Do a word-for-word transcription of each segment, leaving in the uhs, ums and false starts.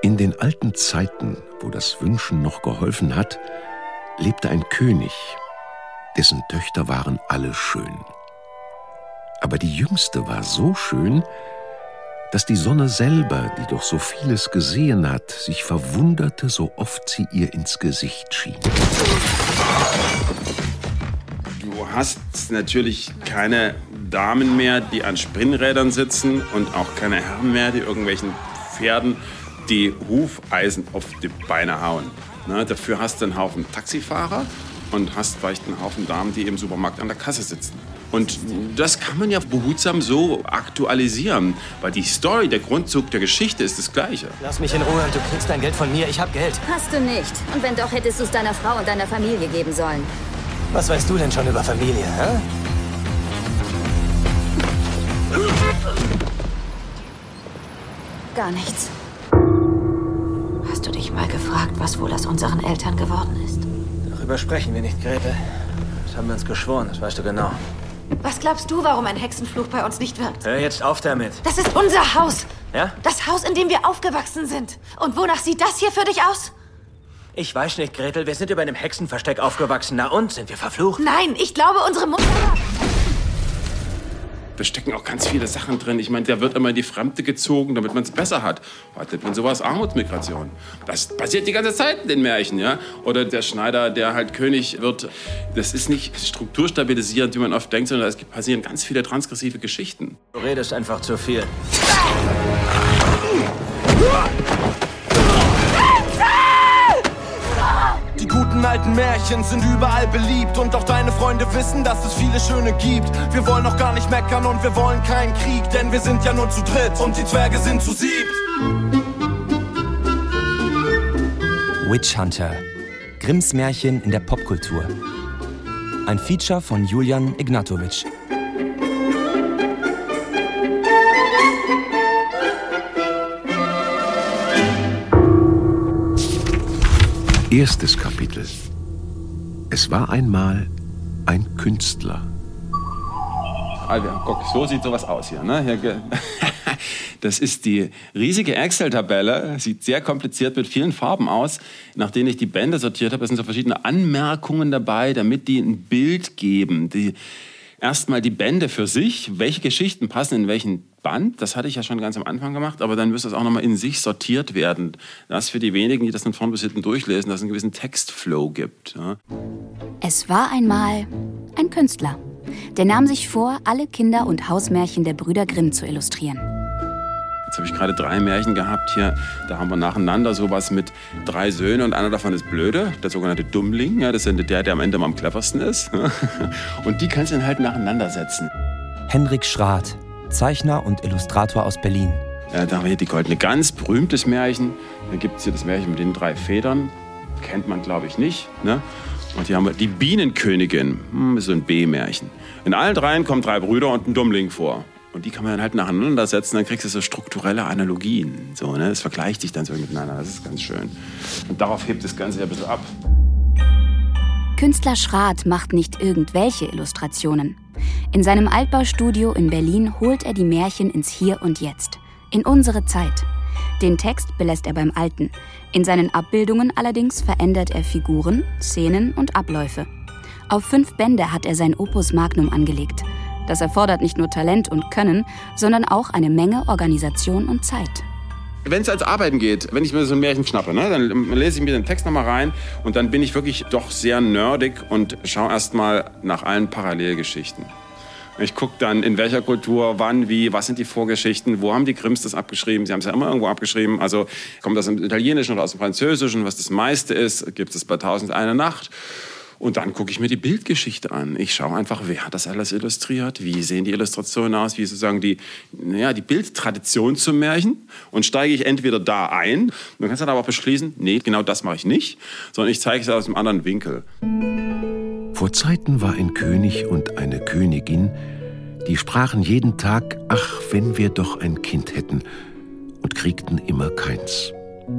In den alten Zeiten, wo das Wünschen noch geholfen hat, lebte ein König, dessen Töchter waren alle schön. Aber die jüngste war so schön, dass die Sonne selber, die doch so vieles gesehen hat, sich verwunderte, so oft sie ihr ins Gesicht schien. Du hast natürlich keine Damen mehr, die an Spinnrädern sitzen und auch keine Herren mehr, die irgendwelchen Pferden die Hufeisen auf die Beine hauen. Ne, dafür hast du einen Haufen Taxifahrer und hast vielleicht einen Haufen Damen, die im Supermarkt an der Kasse sitzen. Und das kann man ja behutsam so aktualisieren, weil die Story, der Grundzug der Geschichte ist das Gleiche. Lass mich in Ruhe und du kriegst dein Geld von mir. Ich hab Geld. Hast du nicht. Und wenn doch, hättest du es deiner Frau und deiner Familie geben sollen. Was weißt du denn schon über Familie, hä? Gar nichts. Hast du dich mal gefragt, was wohl aus unseren Eltern geworden ist? Darüber sprechen wir nicht, Gretel. Das haben wir uns geschworen, das weißt du genau. Was glaubst du, warum ein Hexenfluch bei uns nicht wirkt? Hör jetzt auf damit. Das ist unser Haus. Ja? Das Haus, in dem wir aufgewachsen sind. Und wonach sieht das hier für dich aus? Ich weiß nicht, Gretel. Wir sind über einem Hexenversteck aufgewachsen. Na und? Sind wir verflucht? Nein, ich glaube, unsere Mutter... Da stecken auch ganz viele Sachen drin. Ich meine, der wird immer in die Fremde gezogen, damit man es besser hat. Wartet man sowas? Armutsmigration. Das passiert die ganze Zeit in den Märchen, ja? Oder der Schneider, der halt König wird. Das ist nicht strukturstabilisierend, wie man oft denkt, sondern es passieren ganz viele transgressive Geschichten. Du redest einfach zu viel. Die guten alten Märchen sind überall beliebt und auch deine Freunde wissen, dass es viele schöne gibt. Wir wollen auch gar nicht meckern und wir wollen keinen Krieg, denn wir sind ja nur zu dritt und die Zwerge sind zu siebt. Witch Hunter. Grimms Märchen in der Popkultur. Ein Feature von Julian Ignatowitsch. Erstes Kapitel. Es war einmal ein Künstler. Also, guck, so sieht sowas aus hier. Ne? Hier das ist die riesige Excel-Tabelle. Sieht sehr kompliziert mit vielen Farben aus. Nachdem ich die Bände sortiert habe, sind so verschiedene Anmerkungen dabei, damit die ein Bild geben. Die Erstmal die Bände für sich, welche Geschichten passen in welchen Band, das hatte ich ja schon ganz am Anfang gemacht, aber dann müsste es auch nochmal in sich sortiert werden. Das für die wenigen, die das von vorn bis hinten durchlesen, dass es einen gewissen Textflow gibt. Ja. Es war einmal ein Künstler, der nahm sich vor, alle Kinder- und Hausmärchen der Brüder Grimm zu illustrieren. Jetzt habe ich gerade drei Märchen gehabt hier. Da haben wir nacheinander sowas mit drei Söhnen und einer davon ist blöde, der sogenannte Dummling. Ja, das ist der, der am Ende am cleversten ist. Und die kannst du dann halt nacheinander setzen. Henrik Schrath, Zeichner und Illustrator aus Berlin. Ja, da haben wir hier die Goldene Gans, berühmtes Märchen. Dann gibt es hier das Märchen mit den drei Federn. Kennt man, glaube ich, nicht. Ne? Und hier haben wir die Bienenkönigin. Hm, ist so ein B-Märchen. In allen dreien kommen drei Brüder und ein Dummling vor. Und die kann man dann halt nacheinander setzen, dann kriegst du so strukturelle Analogien. So, ne? Das vergleicht sich dann so miteinander, das ist ganz schön. Und darauf hebt das Ganze ja ein bisschen ab. Künstler Schrath macht nicht irgendwelche Illustrationen. In seinem Altbaustudio in Berlin holt er die Märchen ins Hier und Jetzt, in unsere Zeit. Den Text belässt er beim Alten. In seinen Abbildungen allerdings verändert er Figuren, Szenen und Abläufe. Auf fünf Bände hat er sein Opus Magnum angelegt. Das erfordert nicht nur Talent und Können, sondern auch eine Menge Organisation und Zeit. Wenn es als Arbeiten geht, wenn ich mir so ein Märchen schnappe, ne, dann lese ich mir den Text nochmal rein und dann bin ich wirklich doch sehr nerdig und schaue erst mal nach allen Parallelgeschichten. Ich gucke dann, in welcher Kultur, wann, wie, was sind die Vorgeschichten, wo haben die Grimms das abgeschrieben? Sie haben es ja immer irgendwo abgeschrieben. Also kommt das im Italienischen oder aus dem Französischen, was das meiste ist, gibt es bei Tausend eine Nacht. Und dann gucke ich mir die Bildgeschichte an. Ich schaue einfach, wer hat das alles illustriert, wie sehen die Illustrationen aus, wie ist sozusagen die, ja, die Bildtradition zum Märchen. Und steige ich entweder da ein, man kann es dann aber auch beschließen, nee, genau das mache ich nicht, sondern ich zeige es aus einem anderen Winkel. Vor Zeiten war ein König und eine Königin, die sprachen jeden Tag, ach, wenn wir doch ein Kind hätten, und kriegten immer keins.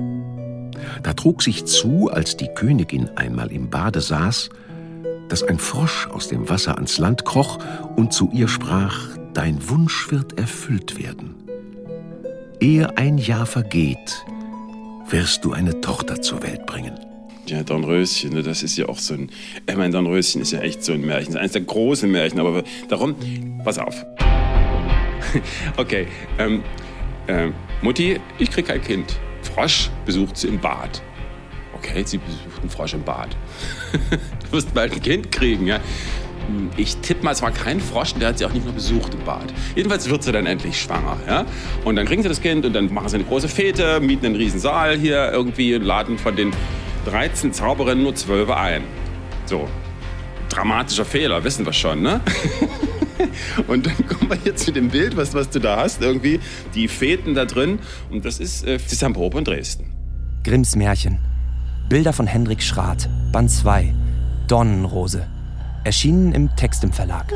Da trug sich zu, als die Königin einmal im Bade saß, dass ein Frosch aus dem Wasser ans Land kroch und zu ihr sprach, dein Wunsch wird erfüllt werden. Ehe ein Jahr vergeht, wirst du eine Tochter zur Welt bringen. Ja, Dornröschen, das ist ja auch so ein... Ich meine, Dornröschen ist ja echt so ein Märchen. Das ist eines der großen Märchen, aber darum... Pass auf. Okay, ähm, ähm, Mutti, ich krieg kein Kind. Frosch besucht sie im Bad. Okay, sie besucht einen Frosch im Bad. Du wirst bald ein Kind kriegen, ja? Ich tippe mal, es war kein Frosch, der hat sie auch nicht nur besucht im Bad. Jedenfalls wird sie dann endlich schwanger, ja? Und dann kriegen sie das Kind und dann machen sie eine große Fete, mieten einen riesen Saal hier irgendwie und laden von den dreizehn Zauberinnen nur zwölf ein. So, dramatischer Fehler, wissen wir schon, ne? Und dann kommen wir jetzt zu dem Bild, was, was du da hast, irgendwie, die Feten da drin. Und das ist äh, die Samprobe in Dresden. Grimms Märchen. Bilder von Hendrik Schrath, Band zwei, Dornenrose. Erschienen im Text im Verlag.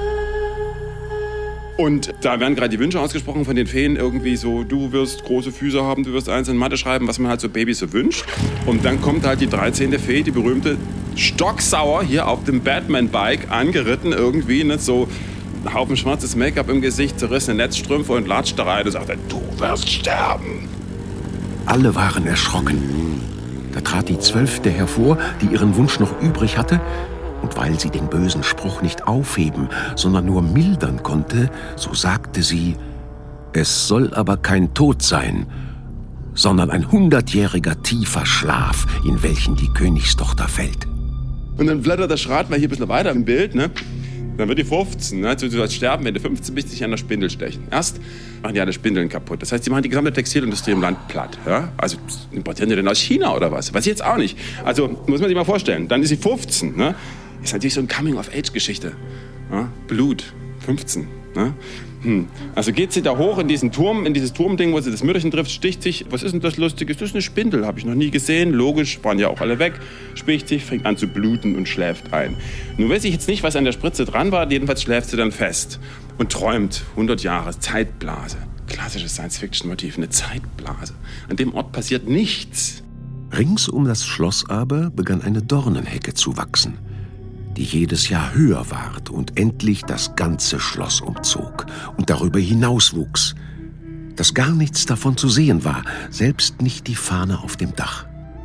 Und da werden gerade die Wünsche ausgesprochen von den Feen, irgendwie so, du wirst große Füße haben, du wirst eins in Mathe schreiben, was man halt so Babys so wünscht. Und dann kommt halt die dreizehnte Fee, die berühmte, stocksauer hier auf dem Batman-Bike angeritten irgendwie, nicht so ein Haufen schwarzes Make-up im Gesicht, zerrissene Netzstrümpfe und latscht da rein und sagt, du wirst sterben. Alle waren erschrocken. Da trat die Zwölfte hervor, die ihren Wunsch noch übrig hatte. Und weil sie den bösen Spruch nicht aufheben, sondern nur mildern konnte, so sagte sie, es soll aber kein Tod sein, sondern ein hundertjähriger tiefer Schlaf, in welchen die Königstochter fällt. Und dann blättert der Schrat mal hier ein bisschen weiter im Bild, ne? Dann wird die fünfzehn, ne? Du sollst sterben, wenn du fünfzehn bist, dich an der Spindel stechen. Erst machen die alle Spindeln kaputt. Das heißt, die machen die gesamte Textilindustrie im Land platt. Ja? Also importieren die denn aus China oder was? Weiß ich jetzt auch nicht. Also muss man sich mal vorstellen. Dann ist sie fünfzehn, ne? Ist natürlich so eine Coming-of-Age-Geschichte. Ja? Blut, fünfzehn. Ne? Hm. Also geht sie da hoch in diesen Turm, in dieses Turmding, wo sie das Mütterchen trifft, sticht sich. Was ist denn das Lustiges? Das ist eine Spindel, habe ich noch nie gesehen. Logisch, waren ja auch alle weg. Sticht sich, fängt an zu bluten und schläft ein. Nun weiß ich jetzt nicht, was an der Spritze dran war. Jedenfalls schläft sie dann fest und träumt. hundert Jahre, Zeitblase. Klassisches Science-Fiction-Motiv, eine Zeitblase. An dem Ort passiert nichts. Rings um das Schloss aber begann eine Dornenhecke zu wachsen, die jedes Jahr höher ward und endlich das ganze Schloss umzog und darüber hinaus wuchs, dass gar nichts davon zu sehen war, selbst nicht die Fahne auf dem Dach.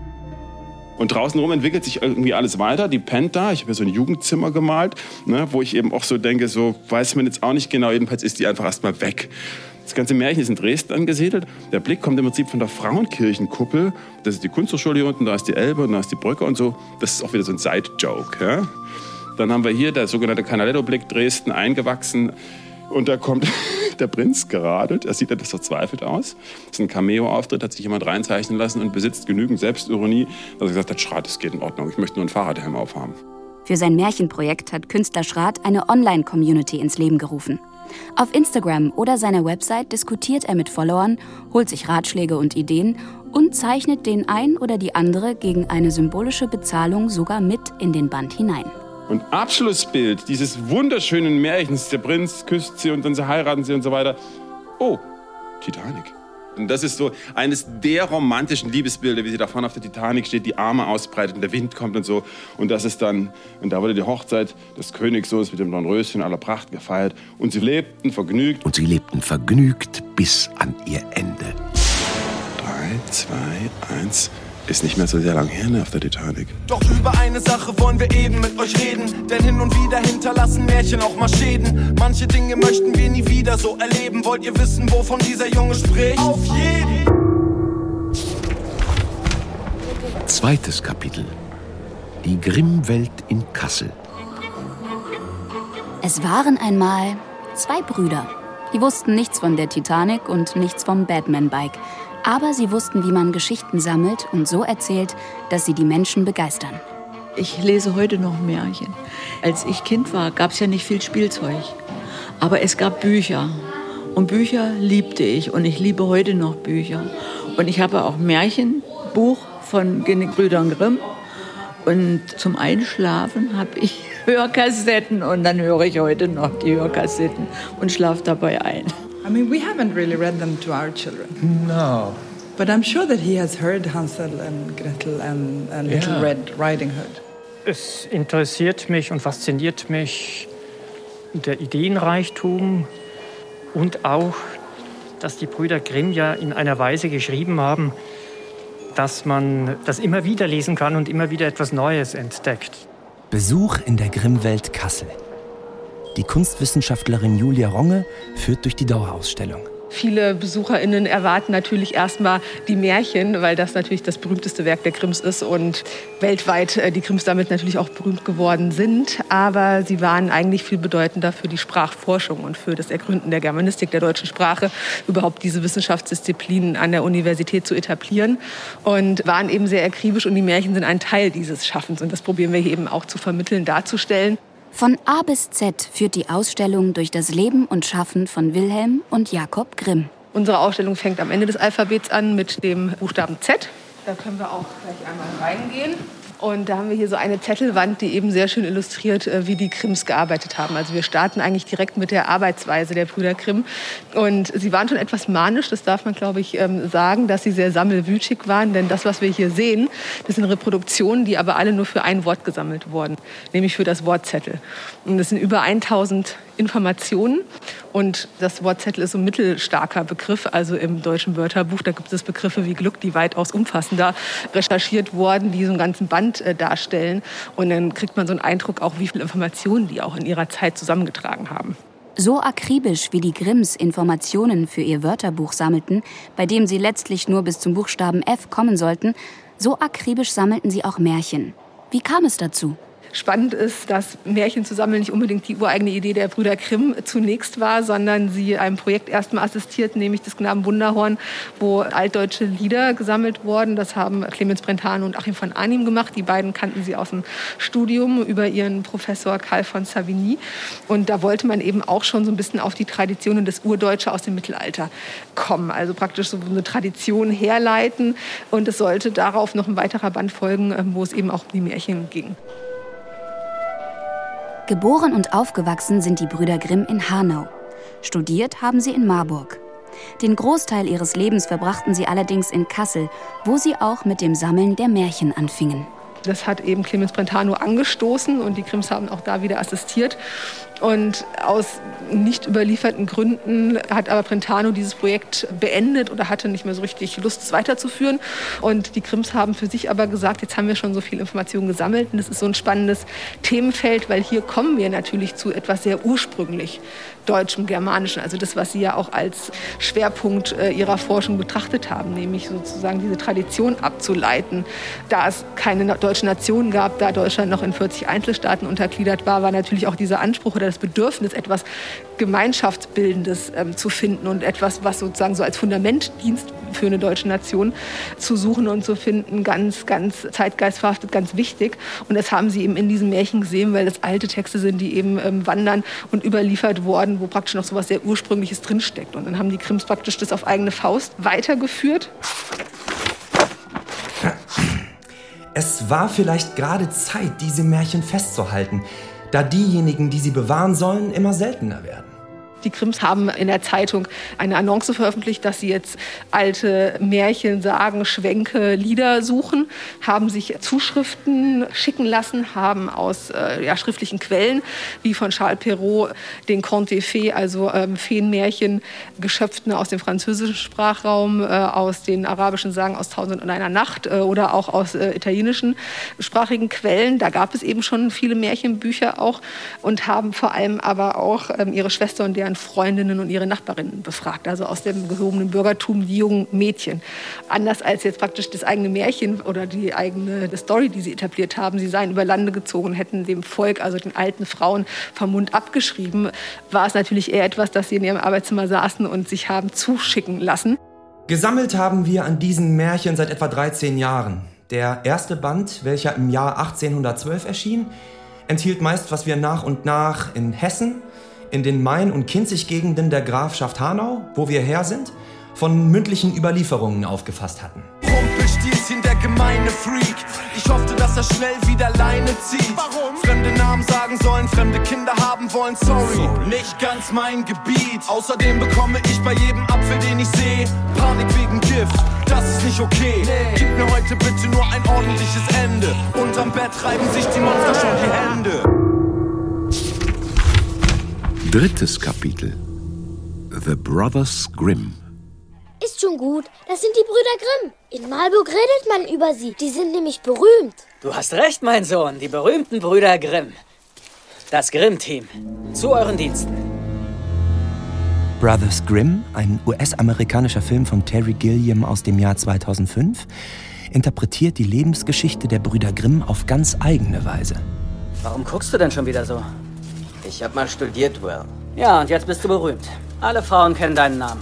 Und draußen rum entwickelt sich irgendwie alles weiter. Die pennt da. Ich habe ja so ein Jugendzimmer gemalt, ne, wo ich eben auch so denke, so weiß man jetzt auch nicht genau. Jedenfalls ist die einfach erstmal weg. Das ganze Märchen ist in Dresden angesiedelt. Der Blick kommt im Prinzip von der Frauenkirchenkuppel. Das ist die Kunsthochschule hier unten, da ist die Elbe und da ist die Brücke und so. Das ist auch wieder so ein Side-Joke. Ja? Dann haben wir hier der sogenannte Canaletto-Blick, Dresden eingewachsen. Und da kommt der Prinz geradelt. Er sieht etwas verzweifelt aus. Das ist ein Cameo-Auftritt, hat sich jemand reinzeichnen lassen und besitzt genügend Selbstironie, dass er gesagt hat, Schrat, das geht in Ordnung, ich möchte nur einen Fahrradhelm aufhaben. Für sein Märchenprojekt hat Künstler Schrath eine Online-Community ins Leben gerufen. Auf Instagram oder seiner Website diskutiert er mit Followern, holt sich Ratschläge und Ideen und zeichnet den ein oder die andere gegen eine symbolische Bezahlung sogar mit in den Band hinein. Und Abschlussbild dieses wunderschönen Märchens, der Prinz küsst sie und dann sie heiraten sie und so weiter. Oh, Titanic. Und das ist so eines der romantischen Liebesbilder, wie sie da vorne auf der Titanic steht, die Arme ausbreitet und der Wind kommt und so. Und das ist dann, und da wurde die Hochzeit des Königssohns mit dem Dornröschen aller Pracht gefeiert. Und sie lebten vergnügt. Und sie lebten vergnügt bis an ihr Ende. Drei, zwei, eins... Ist nicht mehr so sehr lang her, ne, auf der Titanic. Doch über eine Sache wollen wir eben mit euch reden. Denn hin und wieder hinterlassen Märchen auch mal Schäden. Manche Dinge möchten wir nie wieder so erleben. Wollt ihr wissen, wovon dieser Junge spricht? Auf jeden! Zweites Kapitel. Die Grimm-Welt in Kassel. Es waren einmal zwei Brüder. Die wussten nichts von der Titanic und nichts vom Batman-Bike. Aber sie wussten, wie man Geschichten sammelt und so erzählt, dass sie die Menschen begeistern. Ich lese heute noch Märchen. Als ich Kind war, gab es ja nicht viel Spielzeug. Aber es gab Bücher. Und Bücher liebte ich. Und ich liebe heute noch Bücher. Und ich habe auch ein Märchenbuch von den Brüdern Grimm. Und zum Einschlafen habe ich Hörkassetten. Und dann höre ich heute noch die Hörkassetten und schlafe dabei ein. I mean, we haven't really read them to our children. No. But I'm sure that he has heard Hansel and Gretel and, and Little Yeah. Red Riding Hood. Es interessiert mich und fasziniert mich der Ideenreichtum und auch, dass die Brüder Grimm ja in einer Weise geschrieben haben, dass man das immer wieder lesen kann und immer wieder etwas Neues entdeckt. Besuch in der Grimm-Welt Kassel. Die Kunstwissenschaftlerin Julia Ronge führt durch die Dauerausstellung. Viele BesucherInnen erwarten natürlich erstmal die Märchen, weil das natürlich das berühmteste Werk der Grimms ist und weltweit die Grimms damit natürlich auch berühmt geworden sind. Aber sie waren eigentlich viel bedeutender für die Sprachforschung und für das Ergründen der Germanistik der deutschen Sprache, überhaupt diese Wissenschaftsdisziplinen an der Universität zu etablieren und waren eben sehr akribisch und die Märchen sind ein Teil dieses Schaffens und das probieren wir hier eben auch zu vermitteln, darzustellen. Von A bis Z führt die Ausstellung durch das Leben und Schaffen von Wilhelm und Jakob Grimm. Unsere Ausstellung fängt am Ende des Alphabets an mit dem Buchstaben Z. Da können wir auch gleich einmal reingehen. Und da haben wir hier so eine Zettelwand, die eben sehr schön illustriert, wie die Grimms gearbeitet haben. Also wir starten eigentlich direkt mit der Arbeitsweise der Brüder Grimm. Und sie waren schon etwas manisch, das darf man, glaube ich, sagen, dass sie sehr sammelwütig waren. Denn das, was wir hier sehen, das sind Reproduktionen, die aber alle nur für ein Wort gesammelt wurden, nämlich für das Wort Zettel. Und das sind über tausend Informationen. Und das Wort Zettel ist so ein mittelstarker Begriff. Also im deutschen Wörterbuch, da gibt es Begriffe wie Glück, die weitaus umfassender recherchiert wurden, die so einen ganzen Band äh, darstellen. Und dann kriegt man so einen Eindruck auch, wie viele Informationen die auch in ihrer Zeit zusammengetragen haben. So akribisch wie die Grimms Informationen für ihr Wörterbuch sammelten, bei dem sie letztlich nur bis zum Buchstaben F kommen sollten, so akribisch sammelten sie auch Märchen. Wie kam es dazu? Spannend ist, dass Märchen zu sammeln nicht unbedingt die ureigene Idee der Brüder Grimm zunächst war, sondern sie einem Projekt erstmal assistierten, nämlich das Knaben Wunderhorn, wo altdeutsche Lieder gesammelt wurden. Das haben Clemens Brentano und Achim von Arnim gemacht. Die beiden kannten sie aus dem Studium über ihren Professor Karl von Savigny. Und da wollte man eben auch schon so ein bisschen auf die Traditionen des Urdeutsche aus dem Mittelalter kommen. Also praktisch so eine Tradition herleiten. Und es sollte darauf noch ein weiterer Band folgen, wo es eben auch um die Märchen ging. Geboren und aufgewachsen sind die Brüder Grimm in Hanau. Studiert haben sie in Marburg. Den Großteil ihres Lebens verbrachten sie allerdings in Kassel, wo sie auch mit dem Sammeln der Märchen anfingen. Das hat eben Clemens Brentano angestoßen und die Grimms haben auch da wieder assistiert. Und aus nicht überlieferten Gründen hat aber Brentano dieses Projekt beendet oder hatte nicht mehr so richtig Lust, es weiterzuführen. Und die Grimms haben für sich aber gesagt, jetzt haben wir schon so viel Informationen gesammelt. Und das ist so ein spannendes Themenfeld, weil hier kommen wir natürlich zu etwas sehr ursprünglich Deutschem, Germanischen. Also das, was sie ja auch als Schwerpunkt ihrer Forschung betrachtet haben, nämlich sozusagen diese Tradition abzuleiten. Da es keine deutsche Nation gab, da Deutschland noch in vierzig Einzelstaaten untergliedert war, war natürlich auch dieser Anspruch oder das Bedürfnis, etwas Gemeinschaftsbildendes ähm, zu finden und etwas, was sozusagen so als Fundament dient für eine deutsche Nation, zu suchen und zu finden, ganz, ganz zeitgeistverhaftet, ganz wichtig. Und das haben sie eben in diesen Märchen gesehen, weil das alte Texte sind, die eben ähm, wandern und überliefert worden, wo praktisch noch so was sehr Ursprüngliches drinsteckt. Und dann haben die Grimms praktisch das auf eigene Faust weitergeführt. Es war vielleicht gerade Zeit, diese Märchen festzuhalten, da diejenigen, die sie bewahren sollen, immer seltener werden. Die Grimms haben in der Zeitung eine Annonce veröffentlicht, dass sie jetzt alte Märchen, Sagen, Schwänke, Lieder suchen, haben sich Zuschriften schicken lassen, haben aus äh, ja, schriftlichen Quellen, wie von Charles Perrault, den Contes des Fées, also ähm, Feenmärchen, geschöpft aus dem französischen Sprachraum, äh, aus den arabischen Sagen aus Tausend und einer Nacht äh, oder auch aus äh, italienischen sprachigen Quellen. Da gab es eben schon viele Märchenbücher auch und haben vor allem aber auch ähm, ihre Schwester und deren Freundinnen und ihre Nachbarinnen befragt, also aus dem gehobenen Bürgertum, die jungen Mädchen. Anders als jetzt praktisch das eigene Märchen oder die eigene die Story, die sie etabliert haben, sie seien über Lande gezogen, hätten dem Volk, also den alten Frauen, vom Mund abgeschrieben, war es natürlich eher etwas, dass sie in ihrem Arbeitszimmer saßen und sich haben zuschicken lassen. Gesammelt haben wir an diesen Märchen seit etwa dreizehn Jahren. Der erste Band, welcher im Jahr achtzehnhundertzwölf erschien, enthielt meist, was wir nach und nach in Hessen, in den Main- und Kinzig-Gegenden der Grafschaft Hanau, wo wir her sind, von mündlichen Überlieferungen aufgefasst hatten. Rumpelstilzchen, der gemeine Freak. Ich hoffte, dass er schnell wieder Leine zieht. Warum? Fremde Namen sagen sollen, fremde Kinder haben wollen. Sorry, Sorry. Nicht ganz mein Gebiet. Außerdem bekomme ich bei jedem Apfel, den ich sehe, Panik wegen Gift. Das ist nicht okay. Nee. Gib mir heute bitte nur ein ordentliches Ende. Unterm Bett reiben sich die Monster schon die Hände. Drittes Kapitel. The Brothers Grimm. ist schon gut. Das sind die Brüder Grimm. In Marburg redet man über sie. Die sind nämlich berühmt. Du hast recht, mein Sohn. Die berühmten Brüder Grimm. Das Grimm-Team. Zu euren Diensten. Brothers Grimm, ein U S-amerikanischer Film von Terry Gilliam aus dem Jahr zweitausendfünf, interpretiert die Lebensgeschichte der Brüder Grimm auf ganz eigene Weise. Warum guckst du denn schon wieder so? Ich hab mal studiert, Will. Ja, und jetzt bist du berühmt. Alle Frauen kennen deinen Namen.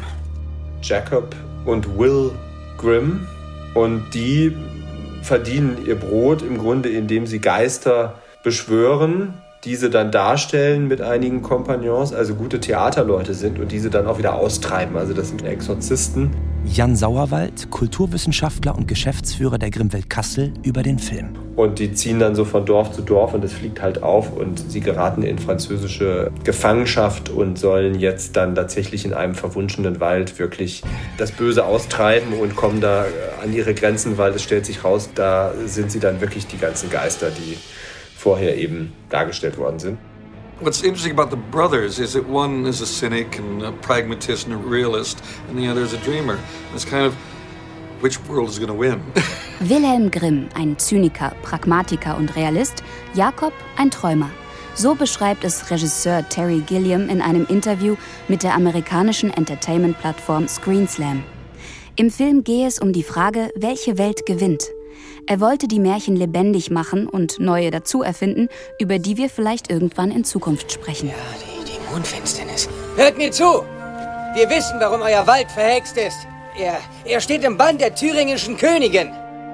Jacob und Will Grimm. Und die verdienen ihr Brot im Grunde, indem sie Geister beschwören, diese dann darstellen mit einigen Kompagnons, also gute Theaterleute sind und diese dann auch wieder austreiben. Also das sind Exorzisten. Jan Sauerwald, Kulturwissenschaftler und Geschäftsführer der Grimmwelt Kassel, über den Film. Und die ziehen dann so von Dorf zu Dorf und es fliegt halt auf und sie geraten in französische Gefangenschaft und sollen jetzt dann tatsächlich in einem verwunschenen Wald wirklich das Böse austreiben und kommen da an ihre Grenzen, weil es stellt sich raus, da sind sie dann wirklich die ganzen Geister, die vorher eben dargestellt worden sind. What's interesting about the brothers is that one is a cynic and a pragmatist and a realist, and the other is a dreamer. It's kind of which world is going to win. Wilhelm Grimm, ein Zyniker, Pragmatiker und Realist, Jakob, ein Träumer. So beschreibt es Regisseur Terry Gilliam in einem Interview mit der amerikanischen Entertainment-Plattform ScreenSlam. Im Film gehe es um die Frage, welche Welt gewinnt. Er wollte die Märchen lebendig machen und neue dazu erfinden, über die wir vielleicht irgendwann in Zukunft sprechen. Ja, die, die Mondfinsternis. Hört mir zu! Wir wissen, warum euer Wald verhext ist. Er, er steht im Bann der thüringischen Königin.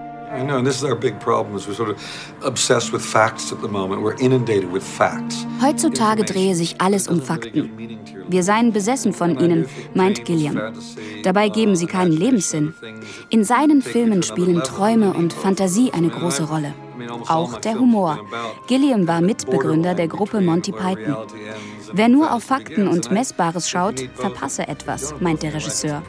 I know, and this is our big problem, is we're sort of obsessed with facts at the moment. We're inundated with facts. Heutzutage drehe sich alles um Fakten. Wir seien besessen von ihnen, meint Gilliam. Dabei geben sie keinen Lebenssinn. In seinen Filmen spielen Träume und Fantasie eine große Rolle. Auch der Humor. Gilliam war Mitbegründer der Gruppe Monty Python. Wer nur auf Fakten und Messbares schaut, verpasse etwas, meint der Regisseur.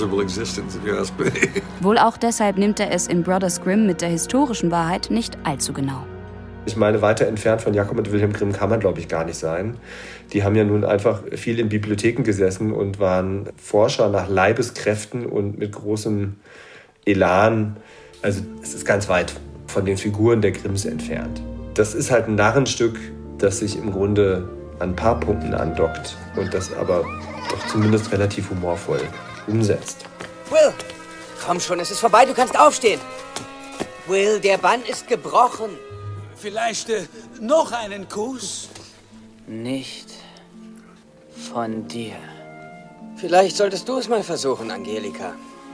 Wohl auch deshalb nimmt er es in Brothers Grimm mit der historischen Wahrheit nicht allzu genau. Ich meine, weiter entfernt von Jakob und Wilhelm Grimm kann man, glaube ich, gar nicht sein. Die haben ja nun einfach viel in Bibliotheken gesessen und waren Forscher nach Leibeskräften und mit großem Elan. Also es ist ganz weit von den Figuren der Grimms entfernt. Das ist halt ein Narrenstück, das sich im Grunde an ein paar Punkten andockt und das aber doch zumindest relativ humorvoll umsetzt. Will, komm schon, es ist vorbei, du kannst aufstehen. Will, der Bann ist gebrochen. Vielleicht äh, noch einen Kuss? Nicht von dir. Vielleicht solltest du es mal versuchen, Angelika.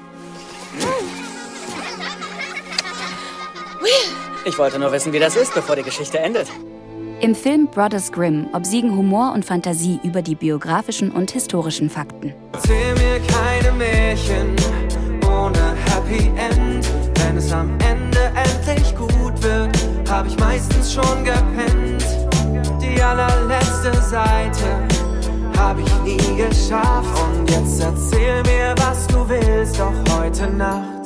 Will! Ich wollte nur wissen, wie das ist, bevor die Geschichte endet. Im Film Brothers Grimm obsiegen Humor und Fantasie über die biografischen und historischen Fakten. Erzähl mir keine Märchen ohne Happy End. Wenn es am Ende endlich gut wird, hab ich meistens schon gepennt. Die allerletzte Seite hab ich nie geschafft. Und jetzt erzähl mir, was du willst, doch heute Nacht.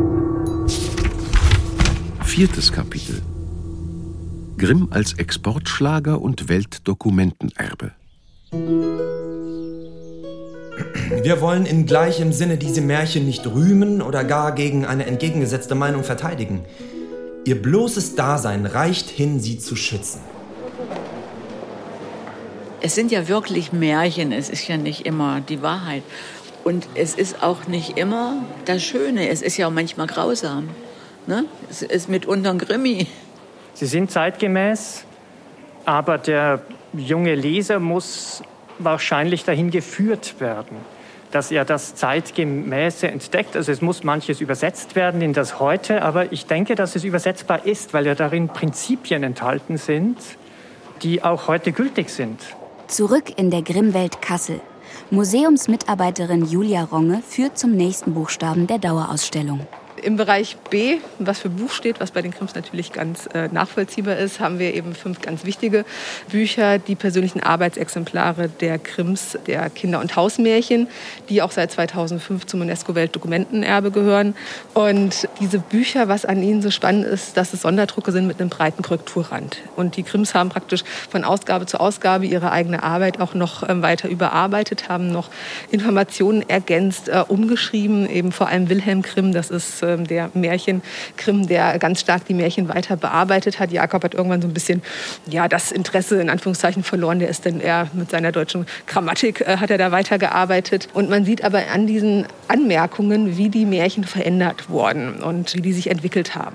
Viertes Kapitel. Grimm als Exportschlager und Weltdokumentenerbe. Wir wollen in gleichem Sinne diese Märchen nicht rühmen oder gar gegen eine entgegengesetzte Meinung verteidigen. Ihr bloßes Dasein reicht hin, sie zu schützen. Es sind ja wirklich Märchen, es ist ja nicht immer die Wahrheit. Und es ist auch nicht immer das Schöne, es ist ja auch manchmal grausam. Ne? Es ist mitunter ein Krimi. Sie sind zeitgemäß, aber der junge Leser muss wahrscheinlich dahin geführt werden, dass er das Zeitgemäße entdeckt. Also es muss manches übersetzt werden in das Heute, aber ich denke, dass es übersetzbar ist, weil ja darin Prinzipien enthalten sind, die auch heute gültig sind. Zurück in der Grimmwelt Kassel. Museumsmitarbeiterin Julia Ronge führt zum nächsten Buchstaben der Dauerausstellung. Im Bereich B, was für Buch steht, was bei den Grimms natürlich ganz äh, nachvollziehbar ist, haben wir eben fünf ganz wichtige Bücher, die persönlichen Arbeitsexemplare der Grimms, der Kinder- und Hausmärchen, die auch seit zweitausendfünf zum UNESCO-Weltdokumentenerbe gehören. Und diese Bücher, was an ihnen so spannend ist, dass es Sonderdrucke sind mit einem breiten Korrekturrand. Und die Grimms haben praktisch von Ausgabe zu Ausgabe ihre eigene Arbeit auch noch ähm, weiter überarbeitet, haben noch Informationen ergänzt, äh, umgeschrieben, eben vor allem Wilhelm Grimm, das ist äh, der Märchen-Grimm, der ganz stark die Märchen weiter bearbeitet hat. Jakob hat irgendwann so ein bisschen ja, das Interesse in Anführungszeichen verloren, der ist denn eher mit seiner deutschen Grammatik äh, hat er da weitergearbeitet. Und man sieht aber an diesen Anmerkungen, wie die Märchen verändert wurden und wie die sich entwickelt haben.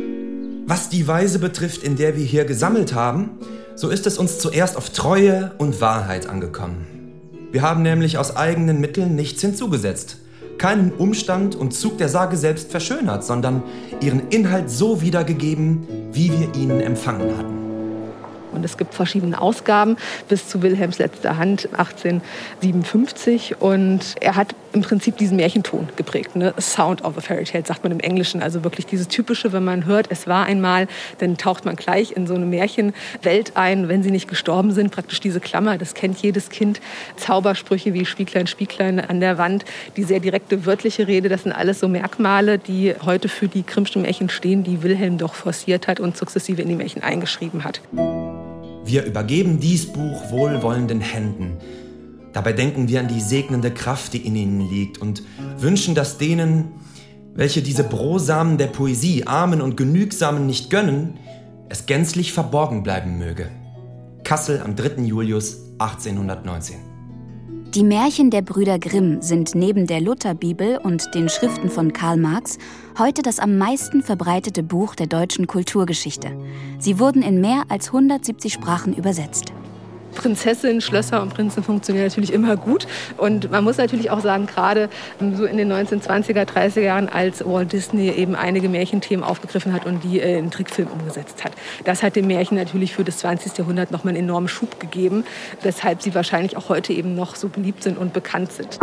Was die Weise betrifft, in der wir hier gesammelt haben, so ist es uns zuerst auf Treue und Wahrheit angekommen. Wir haben nämlich aus eigenen Mitteln nichts hinzugesetzt, keinen Umstand und Zug der Sage selbst verschönert, sondern ihren Inhalt so wiedergegeben, wie wir ihn empfangen hatten. Und es gibt verschiedene Ausgaben bis zu Wilhelms letzter Hand achtzehnhundertsiebenundfünfzig. Und er hat im Prinzip diesen Märchenton geprägt. Ne? Sound of a Fairy Tale sagt man im Englischen. Also wirklich dieses Typische, wenn man hört, es war einmal, dann taucht man gleich in so eine Märchenwelt ein. Wenn sie nicht gestorben sind, praktisch diese Klammer, das kennt jedes Kind. Zaubersprüche wie Spieglein, Spieglein an der Wand. Die sehr direkte wörtliche Rede, das sind alles so Merkmale, die heute für die Grimmschen Märchen stehen, die Wilhelm doch forciert hat und sukzessive in die Märchen eingeschrieben hat. Wir übergeben dies Buch wohlwollenden Händen. Dabei denken wir an die segnende Kraft, die in ihnen liegt, und wünschen, dass denen, welche diese Brosamen der Poesie Armen und Genügsamen nicht gönnen, es gänzlich verborgen bleiben möge. Kassel am dritten Julius achtzehnhundertneunzehn. Die Märchen der Brüder Grimm sind neben der Lutherbibel und den Schriften von Karl Marx heute das am meisten verbreitete Buch der deutschen Kulturgeschichte. Sie wurden in mehr als hundertsiebzig Sprachen übersetzt. Prinzessinnen, Schlösser und Prinzen funktionieren natürlich immer gut. Und man muss natürlich auch sagen, gerade so in den neunzehnhundertzwanziger, dreißiger Jahren, als Walt Disney eben einige Märchenthemen aufgegriffen hat und die in Trickfilm umgesetzt hat. Das hat dem Märchen natürlich für das zwanzigste Jahrhundert nochmal einen enormen Schub gegeben, weshalb sie wahrscheinlich auch heute eben noch so beliebt sind und bekannt sind.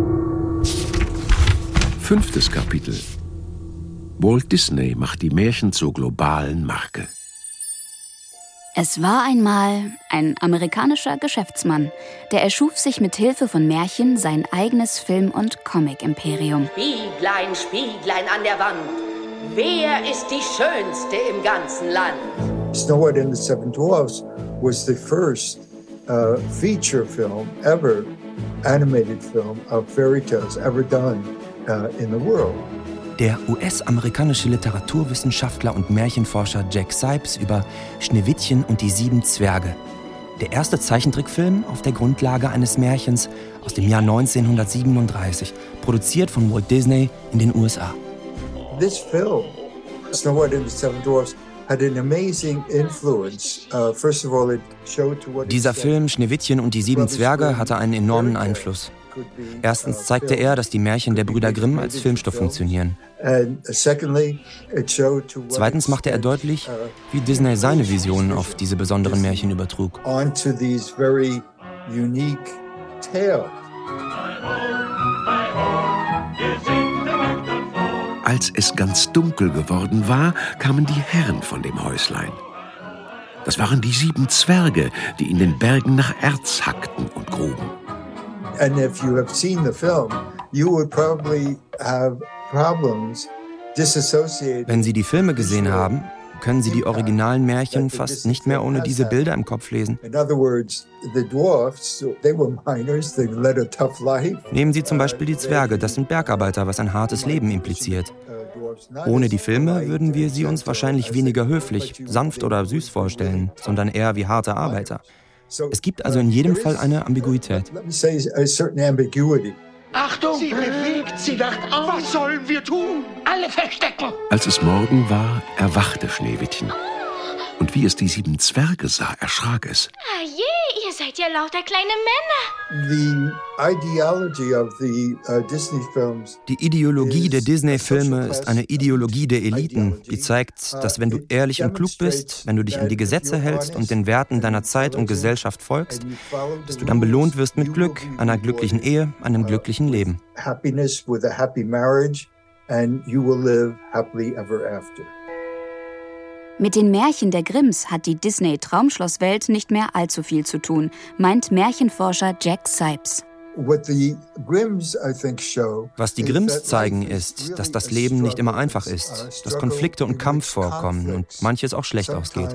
Fünftes Kapitel. Walt Disney macht die Märchen zur globalen Marke. Es war einmal ein amerikanischer Geschäftsmann, der erschuf sich mit Hilfe von Märchen sein eigenes Film- und Comic-Imperium. Spieglein, Spieglein an der Wand, wer ist die Schönste im ganzen Land? Snow White and the Seven Dwarfs was the first uh, feature film ever, animated film of fairy tales ever done uh, in the world. Der U S-amerikanische Literaturwissenschaftler und Märchenforscher Jack Sipes über Schneewittchen und die sieben Zwerge. Der erste Zeichentrickfilm auf der Grundlage eines Märchens aus dem Jahr neunzehnhundertsiebenunddreißig, produziert von Walt Disney in den U S A. This film, Snow White and the Seven Dwarfs, had an amazing influence. Uh, first of all, it showed to what Dieser Film Schneewittchen und die sieben Zwerge hatte einen enormen Einfluss. Erstens zeigte er, dass die Märchen der Brüder Grimm als Filmstoff funktionieren. Zweitens machte er deutlich, wie Disney seine Visionen auf diese besonderen Märchen übertrug. Als es ganz dunkel geworden war, kamen die Herren von dem Häuslein. Das waren die sieben Zwerge, die in den Bergen nach Erz hackten und gruben. And if you have seen the film, you would probably have problems disassociating. Wenn Sie die Filme gesehen haben, können Sie die originalen Märchen fast nicht mehr ohne diese Bilder im Kopf lesen. In other words, the dwarfs, they were miners, they led a tough life. Nehmen Sie zum Beispiel die Zwerge, das sind Bergarbeiter, was ein hartes Leben impliziert. Ohne die Filme würden wir sie uns wahrscheinlich weniger höflich, sanft oder süß vorstellen, sondern eher wie harte Arbeiter. Es gibt also in jedem Fall eine Ambiguität. Achtung! Sie bewegt, sie wacht auf. Was sollen wir tun? Alle verstecken! Als es Morgen war, erwachte Schneewittchen. Und wie es die sieben Zwerge sah, erschrak es. Ah je, ihr seid ja lauter kleine Männer. The ideology of the uh, Disney films. Die Ideologie der Disney-Filme ist eine Ideologie der Eliten, die zeigt, dass wenn du ehrlich und klug bist, wenn du dich an die Gesetze hältst und den Werten deiner Zeit und Gesellschaft folgst, dass du dann belohnt wirst mit Glück, einer glücklichen Ehe, einem glücklichen Leben. Happiness with a happy marriage and you will live happily ever after. Mit den Märchen der Grimms hat die Disney-Traumschlosswelt nicht mehr allzu viel zu tun, meint Märchenforscher Jack Sipes. Was die Grimms zeigen, ist, dass das Leben nicht immer einfach ist, dass Konflikte und Kampf vorkommen und manches auch schlecht ausgeht.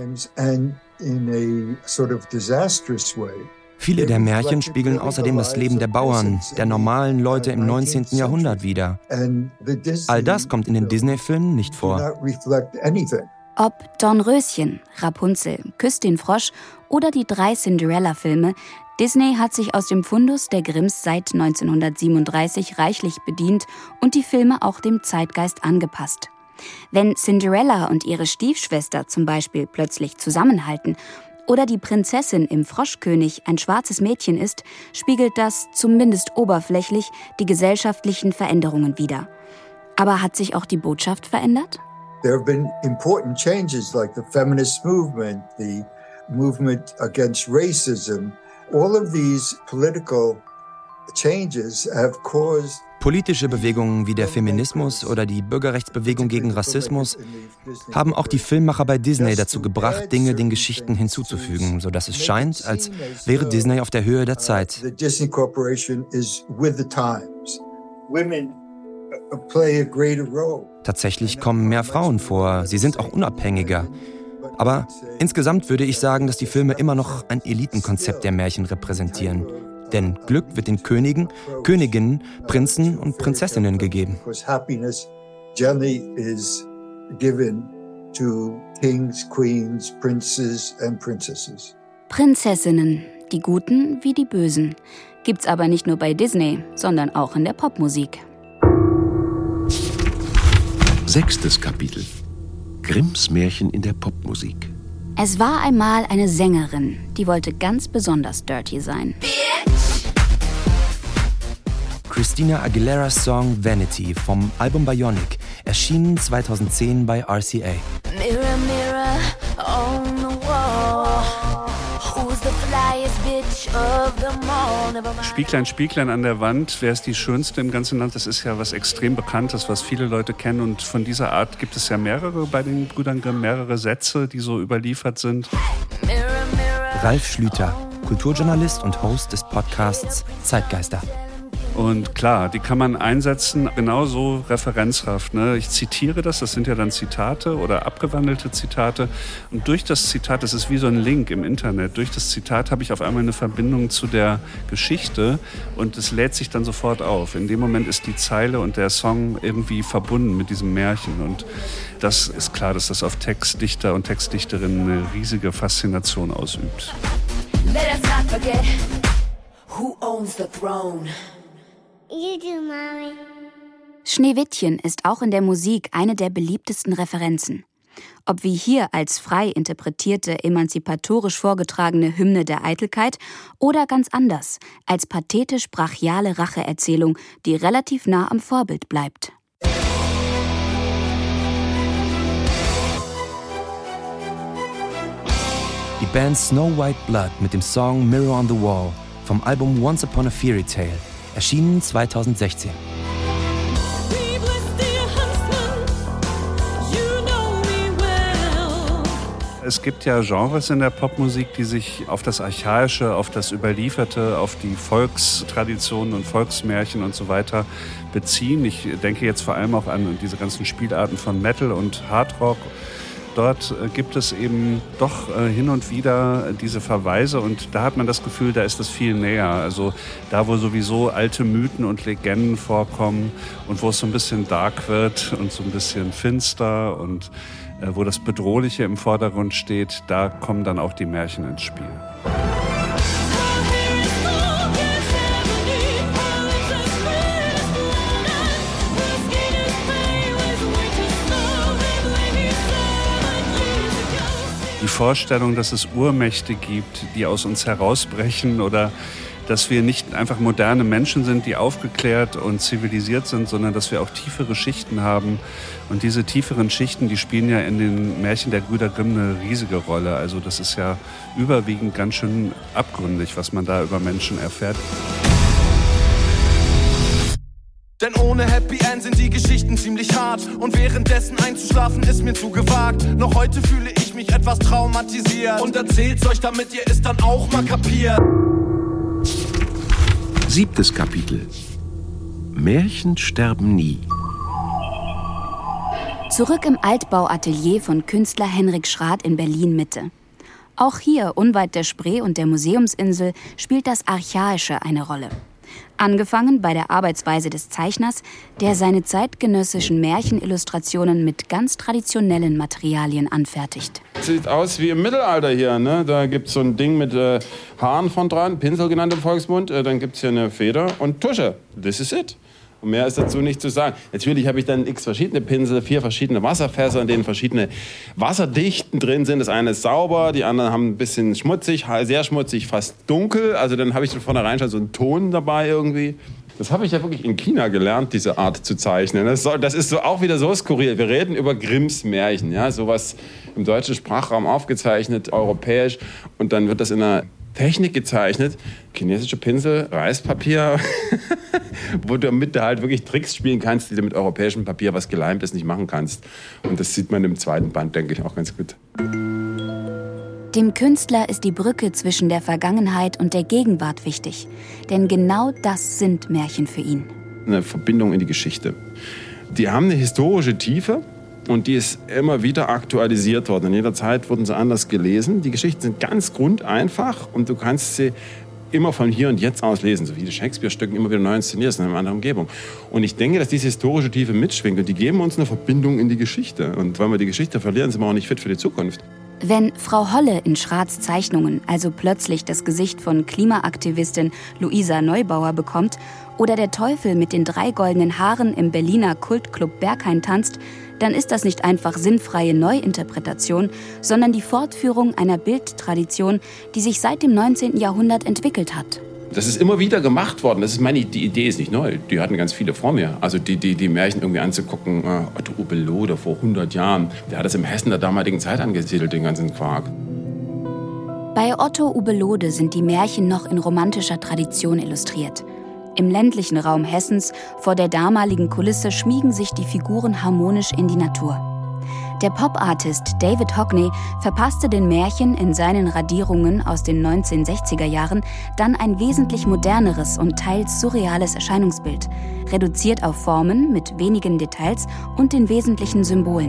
Viele der Märchen spiegeln außerdem das Leben der Bauern, der normalen Leute im neunzehnten Jahrhundert wider. All das kommt in den Disney-Filmen nicht vor. Ob Dornröschen, Rapunzel, Küss den Frosch oder die drei Cinderella-Filme, Disney hat sich aus dem Fundus der Grimms seit neunzehnhundertsiebenunddreißig reichlich bedient und die Filme auch dem Zeitgeist angepasst. Wenn Cinderella und ihre Stiefschwester zum Beispiel plötzlich zusammenhalten oder die Prinzessin im Froschkönig ein schwarzes Mädchen ist, spiegelt das, zumindest oberflächlich, die gesellschaftlichen Veränderungen wider. Aber hat sich auch die Botschaft verändert? There have been important changes like the feminist movement, the movement against racism. All of these political changes have caused Politische Bewegungen wie der Feminismus oder die Bürgerrechtsbewegung gegen Rassismus haben auch die Filmemacher bei Disney dazu gebracht, Dinge den Geschichten hinzuzufügen, sodass es scheint, als wäre Disney auf der Höhe der Zeit. The Disney Corporation is with the times. Women play a greater role. Tatsächlich kommen mehr Frauen vor, sie sind auch unabhängiger. Aber insgesamt würde ich sagen, dass die Filme immer noch ein Elitenkonzept der Märchen repräsentieren. Denn Glück wird den Königen, Königinnen, Prinzen und Prinzessinnen gegeben. Happiness generally is given to kings, queens, princes and princesses. Prinzessinnen, die Guten wie die Bösen. Gibt's aber nicht nur bei Disney, sondern auch in der Popmusik. Sechstes Kapitel. Grimms Märchen in der Popmusik. Es war einmal eine Sängerin, die wollte ganz besonders dirty sein. Christina Aguileras Song Vanity vom Album Bionic, erschienen zweitausendzehn bei R C A. Mirror, mirror on the wall. Who's the flyest bitch of them all? Never mind. Spieglein, Spieglein an der Wand, wer ist die Schönste im ganzen Land? Das ist ja was extrem Bekanntes, was viele Leute kennen. Und von dieser Art gibt es ja mehrere bei den Brüdern Grimm, mehrere Sätze, die so überliefert sind. Mirror, mirror. Ralf Schlüter, Kulturjournalist und Host des Podcasts Zeitgeister. Und klar, die kann man einsetzen, genauso referenzhaft. Ne? Ich zitiere das, das sind ja dann Zitate oder abgewandelte Zitate. Und durch das Zitat, das ist wie so ein Link im Internet, durch das Zitat habe ich auf einmal eine Verbindung zu der Geschichte und es lädt sich dann sofort auf. In dem Moment ist die Zeile und der Song irgendwie verbunden mit diesem Märchen. Und das ist klar, dass das auf Textdichter und Textdichterinnen eine riesige Faszination ausübt. Let us not forget who owns the throne. You do, Mommy. Schneewittchen ist auch in der Musik eine der beliebtesten Referenzen. Ob wie hier als frei interpretierte, emanzipatorisch vorgetragene Hymne der Eitelkeit oder ganz anders, als pathetisch-brachiale Racheerzählung, die relativ nah am Vorbild bleibt. Die Band Snow White Blood mit dem Song Mirror on the Wall vom Album Once Upon a Fairy Tale, erschienen zweitausendsechzehn. Es gibt ja Genres in der Popmusik, die sich auf das Archaische, auf das Überlieferte, auf die Volkstraditionen und Volksmärchen und so weiter beziehen. Ich denke jetzt vor allem auch an diese ganzen Spielarten von Metal und Hardrock. Dort gibt es eben doch hin und wieder diese Verweise und da hat man das Gefühl, da ist das viel näher. Also da, wo sowieso alte Mythen und Legenden vorkommen und wo es so ein bisschen dark wird und so ein bisschen finster und wo das Bedrohliche im Vordergrund steht, da kommen dann auch die Märchen ins Spiel. Die Vorstellung, dass es Urmächte gibt, die aus uns herausbrechen oder dass wir nicht einfach moderne Menschen sind, die aufgeklärt und zivilisiert sind, sondern dass wir auch tiefere Schichten haben. Und diese tieferen Schichten, die spielen ja in den Märchen der Brüder Grimm eine riesige Rolle. Also das ist ja überwiegend ganz schön abgründig, was man da über Menschen erfährt. Denn ohne Happy End sind die Geschichten ziemlich hart. Und währenddessen einzuschlafen ist mir zu gewagt. Noch heute fühle ich mich etwas traumatisiert. Und erzählt's euch, damit ihr es dann auch mal kapiert. Siebtes Kapitel. Märchen sterben nie. Zurück im Altbauatelier von Künstler Henrik Schrath in Berlin-Mitte. Auch hier, unweit der Spree und der Museumsinsel, spielt das Archaische eine Rolle. Angefangen bei der Arbeitsweise des Zeichners, der seine zeitgenössischen Märchenillustrationen mit ganz traditionellen Materialien anfertigt. Sieht aus wie im Mittelalter hier, ne? Da gibt es so ein Ding mit äh, Haaren von dran, Pinsel genannt im Volksmund. Äh, dann gibt es hier eine Feder und Tusche. This is it. Und mehr ist dazu nicht zu sagen. Natürlich habe ich dann x verschiedene Pinsel, vier verschiedene Wasserfässer, in denen verschiedene Wasserdichten drin sind. Das eine ist sauber, die anderen haben ein bisschen schmutzig, sehr schmutzig, fast dunkel. Also dann habe ich von vornherein schon so einen Ton dabei irgendwie. Das habe ich ja wirklich in China gelernt, diese Art zu zeichnen. Das, soll, das ist so auch wieder so skurril. Wir reden über Grimms Märchen, ja, sowas im deutschen Sprachraum aufgezeichnet, europäisch. Und dann wird das in einer Technik gezeichnet, chinesische Pinsel, Reispapier, wo du damit halt wirklich Tricks spielen kannst, die du mit europäischem Papier, was geleimt ist, nicht machen kannst. Und das sieht man im zweiten Band, denke ich, auch ganz gut. Dem Künstler ist die Brücke zwischen der Vergangenheit und der Gegenwart wichtig. Denn genau das sind Märchen für ihn. Eine Verbindung in die Geschichte. Die haben eine historische Tiefe. Und die ist immer wieder aktualisiert worden. In jeder Zeit wurden sie anders gelesen. Die Geschichten sind ganz grundeinfach und du kannst sie immer von hier und jetzt aus lesen. So wie die Shakespeare-Stücken immer wieder neu inszeniert in einer anderen Umgebung. Und ich denke, dass diese historische Tiefe mitschwingt. Und die geben uns eine Verbindung in die Geschichte. Und wenn wir die Geschichte verlieren, sind wir auch nicht fit für die Zukunft. Wenn Frau Holle in Schraths Zeichnungen also plötzlich das Gesicht von Klimaaktivistin Luisa Neubauer bekommt oder der Teufel mit den drei goldenen Haaren im Berliner Kultclub Berghain tanzt, dann ist das nicht einfach sinnfreie Neuinterpretation, sondern die Fortführung einer Bildtradition, die sich seit dem neunzehnten Jahrhundert entwickelt hat. Das ist immer wieder gemacht worden. Das ist meine, die Idee ist nicht neu. Die hatten ganz viele vor mir. Also die, die, die Märchen irgendwie anzugucken. Äh, Otto Ubelode vor hundert Jahren. Der hat das im Hessen der damaligen Zeit angesiedelt, den ganzen Quark. Bei Otto Ubelode sind die Märchen noch in romantischer Tradition illustriert. Im ländlichen Raum Hessens, vor der damaligen Kulisse, schmiegen sich die Figuren harmonisch in die Natur. Der Pop-Artist David Hockney verpasste den Märchen in seinen Radierungen aus den neunzehnhundertsechziger Jahren dann ein wesentlich moderneres und teils surreales Erscheinungsbild, reduziert auf Formen mit wenigen Details und den wesentlichen Symbolen.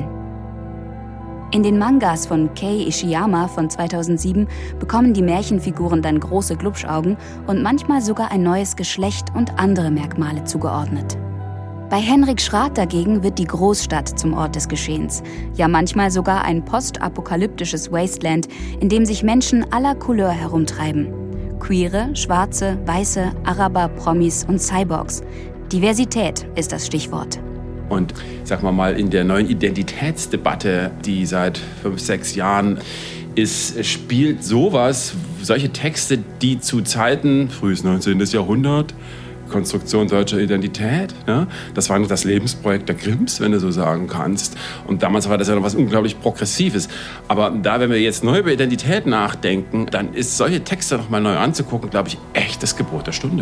In den Mangas von Kei Ishiyama von zweitausendsieben bekommen die Märchenfiguren dann große Glubschaugen und manchmal sogar ein neues Geschlecht und andere Merkmale zugeordnet. Bei Henrik Schrath dagegen wird die Großstadt zum Ort des Geschehens, ja manchmal sogar ein postapokalyptisches Wasteland, in dem sich Menschen aller Couleur herumtreiben. Queere, Schwarze, Weiße, Araber, Promis und Cyborgs. Diversität ist das Stichwort. Und sagen wir mal, in der neuen Identitätsdebatte, die seit fünf, sechs Jahren ist, spielt sowas, solche Texte, die zu Zeiten, frühes neunzehnten Jahrhundert, Konstruktion deutscher Identität, ja, das war das Lebensprojekt der Grimms, wenn du so sagen kannst. Und damals war das ja noch was unglaublich Progressives. Aber da, wenn wir jetzt neu über Identität nachdenken, dann ist solche Texte noch mal neu anzugucken, glaube ich, echt das Gebot der Stunde.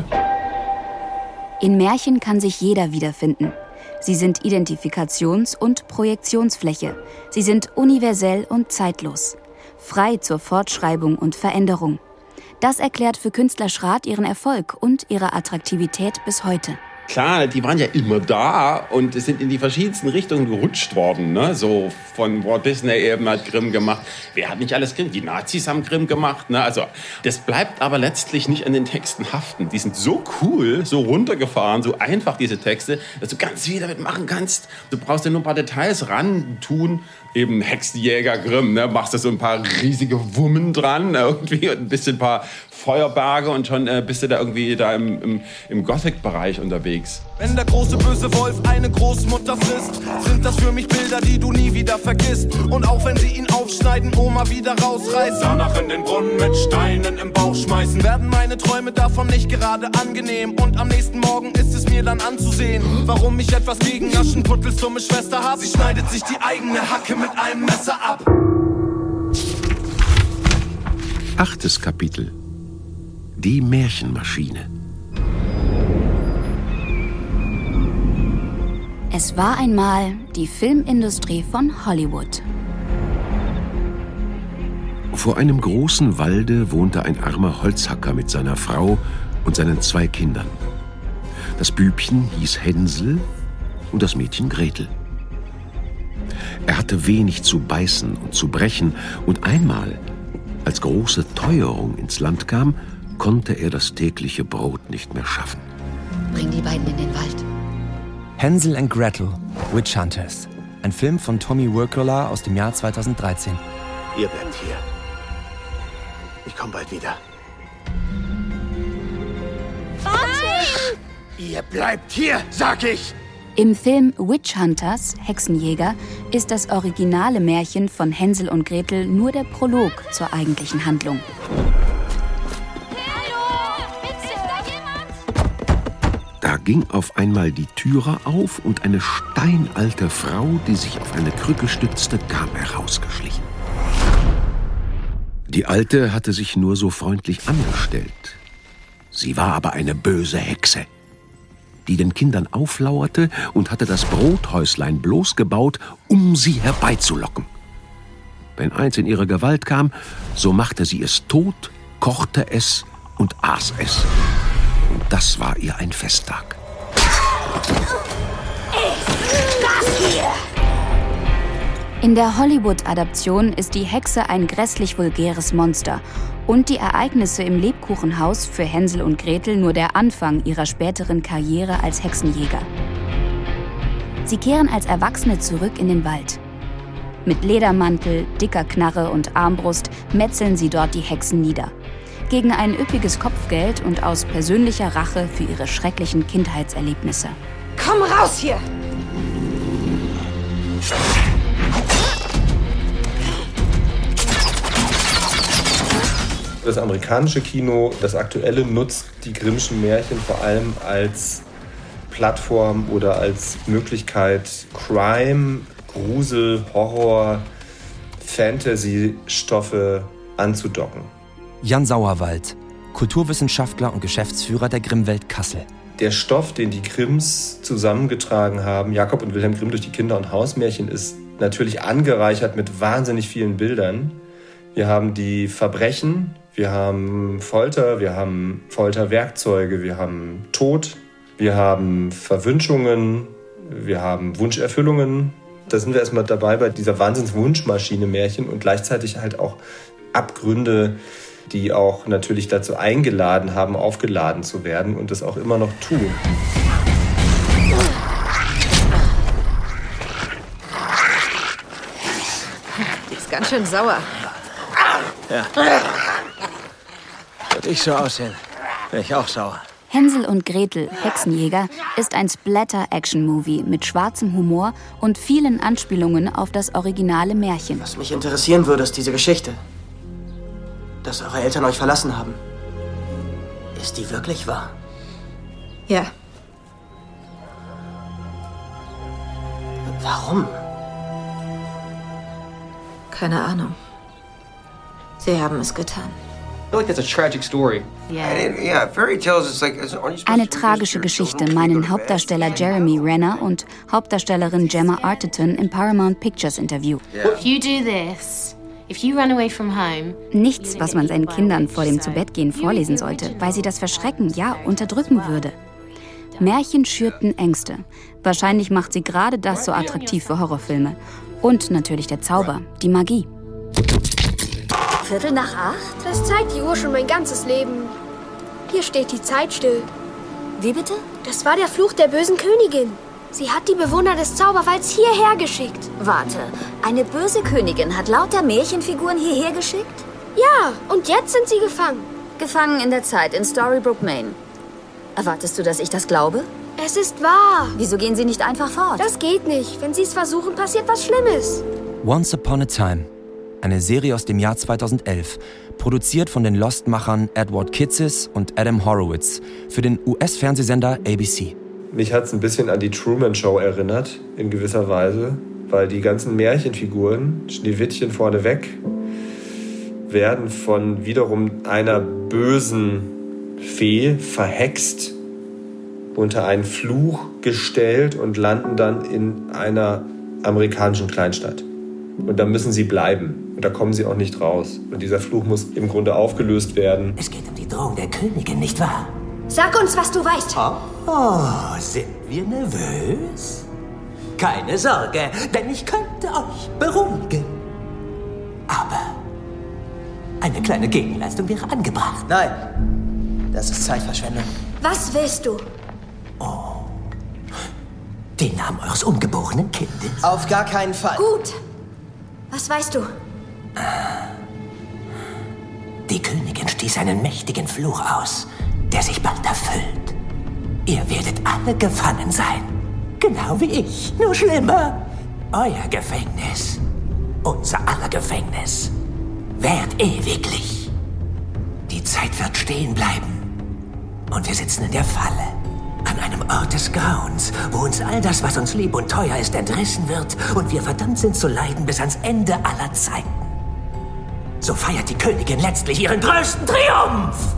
In Märchen kann sich jeder wiederfinden. Sie sind Identifikations- und Projektionsfläche. Sie sind universell und zeitlos. Frei zur Fortschreibung und Veränderung. Das erklärt für Künstler Schrath ihren Erfolg und ihre Attraktivität bis heute. Klar, die waren ja immer da und sind in die verschiedensten Richtungen gerutscht worden. Ne? So von Walt Disney eben hat Grimm gemacht. Wer hat nicht alles Grimm? Die Nazis haben Grimm gemacht. Ne? Also das bleibt aber letztlich nicht an den Texten haften. Die sind so cool, so runtergefahren, so einfach diese Texte, dass du ganz viel damit machen kannst. Du brauchst ja nur ein paar Details ran tun. Eben Hexenjäger Grimm, ne? Machst du so ein paar riesige Wummen dran irgendwie und ein bisschen ein paar Feuerberge und schon äh, bist du da irgendwie da im, im, im Gothic-Bereich unterwegs. Wenn der große böse Wolf eine Großmutter frisst, sind das für mich Bilder, die du nie wieder vergisst. Und auch wenn sie ihn aufschneiden, Oma wieder rausreißen, danach in den Brunnen mit Steinen im Bauch schmeißen, werden meine Träume davon nicht gerade angenehm. Und am nächsten Morgen ist es mir dann anzusehen, warum ich etwas gegen Aschenputtels dumme Schwester hab. Sie schneidet sich die eigene Hacke mit einem Messer ab. Achtes Kapitel. Die Märchenmaschine. Es war einmal die Filmindustrie von Hollywood. Vor einem großen Walde wohnte ein armer Holzhacker mit seiner Frau und seinen zwei Kindern. Das Bübchen hieß Hänsel und das Mädchen Gretel. Er hatte wenig zu beißen und zu brechen, und einmal, als große Teuerung ins Land kam, konnte er das tägliche Brot nicht mehr schaffen. Bring die beiden in den Wald. Hänsel and Gretel, Witch Hunters. Ein Film von Tommy Wirkola aus dem Jahr zweitausenddreizehn. Ihr bleibt hier. Ich komme bald wieder. Warte! Ihr bleibt hier, sag ich! Im Film Witch Hunters, Hexenjäger, ist das originale Märchen von Hänsel und Gretel nur der Prolog zur eigentlichen Handlung. Da ging auf einmal die Türe auf und eine steinalte Frau, die sich auf eine Krücke stützte, kam herausgeschlichen. Die Alte hatte sich nur so freundlich angestellt. Sie war aber eine böse Hexe, die den Kindern auflauerte und hatte das Brothäuslein bloß gebaut, um sie herbeizulocken. Wenn eins in ihre Gewalt kam, so machte sie es tot, kochte es und aß es. Und das war ihr ein Festtag. Das hier! In der Hollywood-Adaption ist die Hexe ein grässlich vulgäres Monster und die Ereignisse im Lebkuchenhaus für Hänsel und Gretel nur der Anfang ihrer späteren Karriere als Hexenjäger. Sie kehren als Erwachsene zurück in den Wald. Mit Ledermantel, dicker Knarre und Armbrust metzeln sie dort die Hexen nieder. Gegen ein üppiges Kopfgeld und aus persönlicher Rache für ihre schrecklichen Kindheitserlebnisse. Komm raus hier! Das amerikanische Kino, das aktuelle, nutzt die Grimmschen Märchen vor allem als Plattform oder als Möglichkeit, Crime, Grusel, Horror, Fantasy-Stoffe anzudocken. Jan Sauerwald, Kulturwissenschaftler und Geschäftsführer der Grimm-Welt Kassel. Der Stoff, den die Grimms zusammengetragen haben, Jakob und Wilhelm Grimm durch die Kinder- und Hausmärchen, ist natürlich angereichert mit wahnsinnig vielen Bildern. Wir haben die Verbrechen, wir haben Folter, wir haben Folterwerkzeuge, wir haben Tod, wir haben Verwünschungen, wir haben Wunscherfüllungen. Da sind wir erstmal dabei bei dieser Wahnsinns-Wunschmaschine-Märchen und gleichzeitig halt auch Abgründe, die auch natürlich dazu eingeladen haben, aufgeladen zu werden und das auch immer noch tun. Die ist ganz schön sauer. Ja. Würde ich so aussehen, wäre ich auch sauer. Hänsel und Gretel, Hexenjäger, ist ein Splatter-Action-Movie mit schwarzem Humor und vielen Anspielungen auf das originale Märchen. Was mich interessieren würde, ist diese Geschichte. Dass eure Eltern euch verlassen haben. Ist die wirklich wahr? Ja. Warum? Keine Ahnung. Sie haben es getan. Eine tragische Geschichte meinen Hauptdarsteller Jeremy Renner und Hauptdarstellerin Gemma Arterton im Paramount Pictures Interview. Nichts, was man seinen Kindern vor dem Zubettgehen vorlesen sollte, weil sie das Verschrecken, ja, unterdrücken würde. Märchen schürten Ängste. Wahrscheinlich macht sie gerade das so attraktiv für Horrorfilme. Und natürlich der Zauber, die Magie. Viertel nach acht? Das zeigt die Uhr schon mein ganzes Leben. Hier steht die Zeit still. Wie bitte? Das war der Fluch der bösen Königin. Sie hat die Bewohner des Zauberwalds hierher geschickt. Warte, eine böse Königin hat lauter Märchenfiguren hierher geschickt? Ja, und jetzt sind sie gefangen. Gefangen in der Zeit in Storybrooke, Maine. Erwartest du, dass ich das glaube? Es ist wahr. Wieso gehen sie nicht einfach fort? Das geht nicht. Wenn sie es versuchen, passiert was Schlimmes. Once Upon a Time. Eine Serie aus dem Jahr zweitausendelf, produziert von den Lost-Machern Edward Kitsis und Adam Horowitz für den U S-Fernsehsender A B C. Mich hat es ein bisschen an die Truman Show erinnert, in gewisser Weise, weil die ganzen Märchenfiguren, Schneewittchen vorneweg, werden von wiederum einer bösen Fee verhext unter einen Fluch gestellt und landen dann in einer amerikanischen Kleinstadt. Und da müssen sie bleiben. Und da kommen sie auch nicht raus. Und dieser Fluch muss im Grunde aufgelöst werden. Es geht um die Drohung der Königin, nicht wahr? Sag uns, was du weißt. Oh, oh, sind wir nervös? Keine Sorge, denn ich könnte euch beruhigen. Aber eine kleine Gegenleistung wäre angebracht. Nein, das ist Zeitverschwendung. Was willst du? Den Namen eures ungeborenen Kindes? Auf gar keinen Fall. Gut. Was weißt du? Die Königin stieß einen mächtigen Fluch aus, der sich bald erfüllt. Ihr werdet alle gefangen sein. Genau wie ich, nur schlimmer. Euer Gefängnis, unser aller Gefängnis, währt ewiglich. Die Zeit wird stehen bleiben. Und wir sitzen in der Falle. An einem Ort des Grauens, wo uns all das, was uns lieb und teuer ist, entrissen wird und wir verdammt sind zu leiden bis ans Ende aller Zeiten. So feiert die Königin letztlich ihren größten Triumph.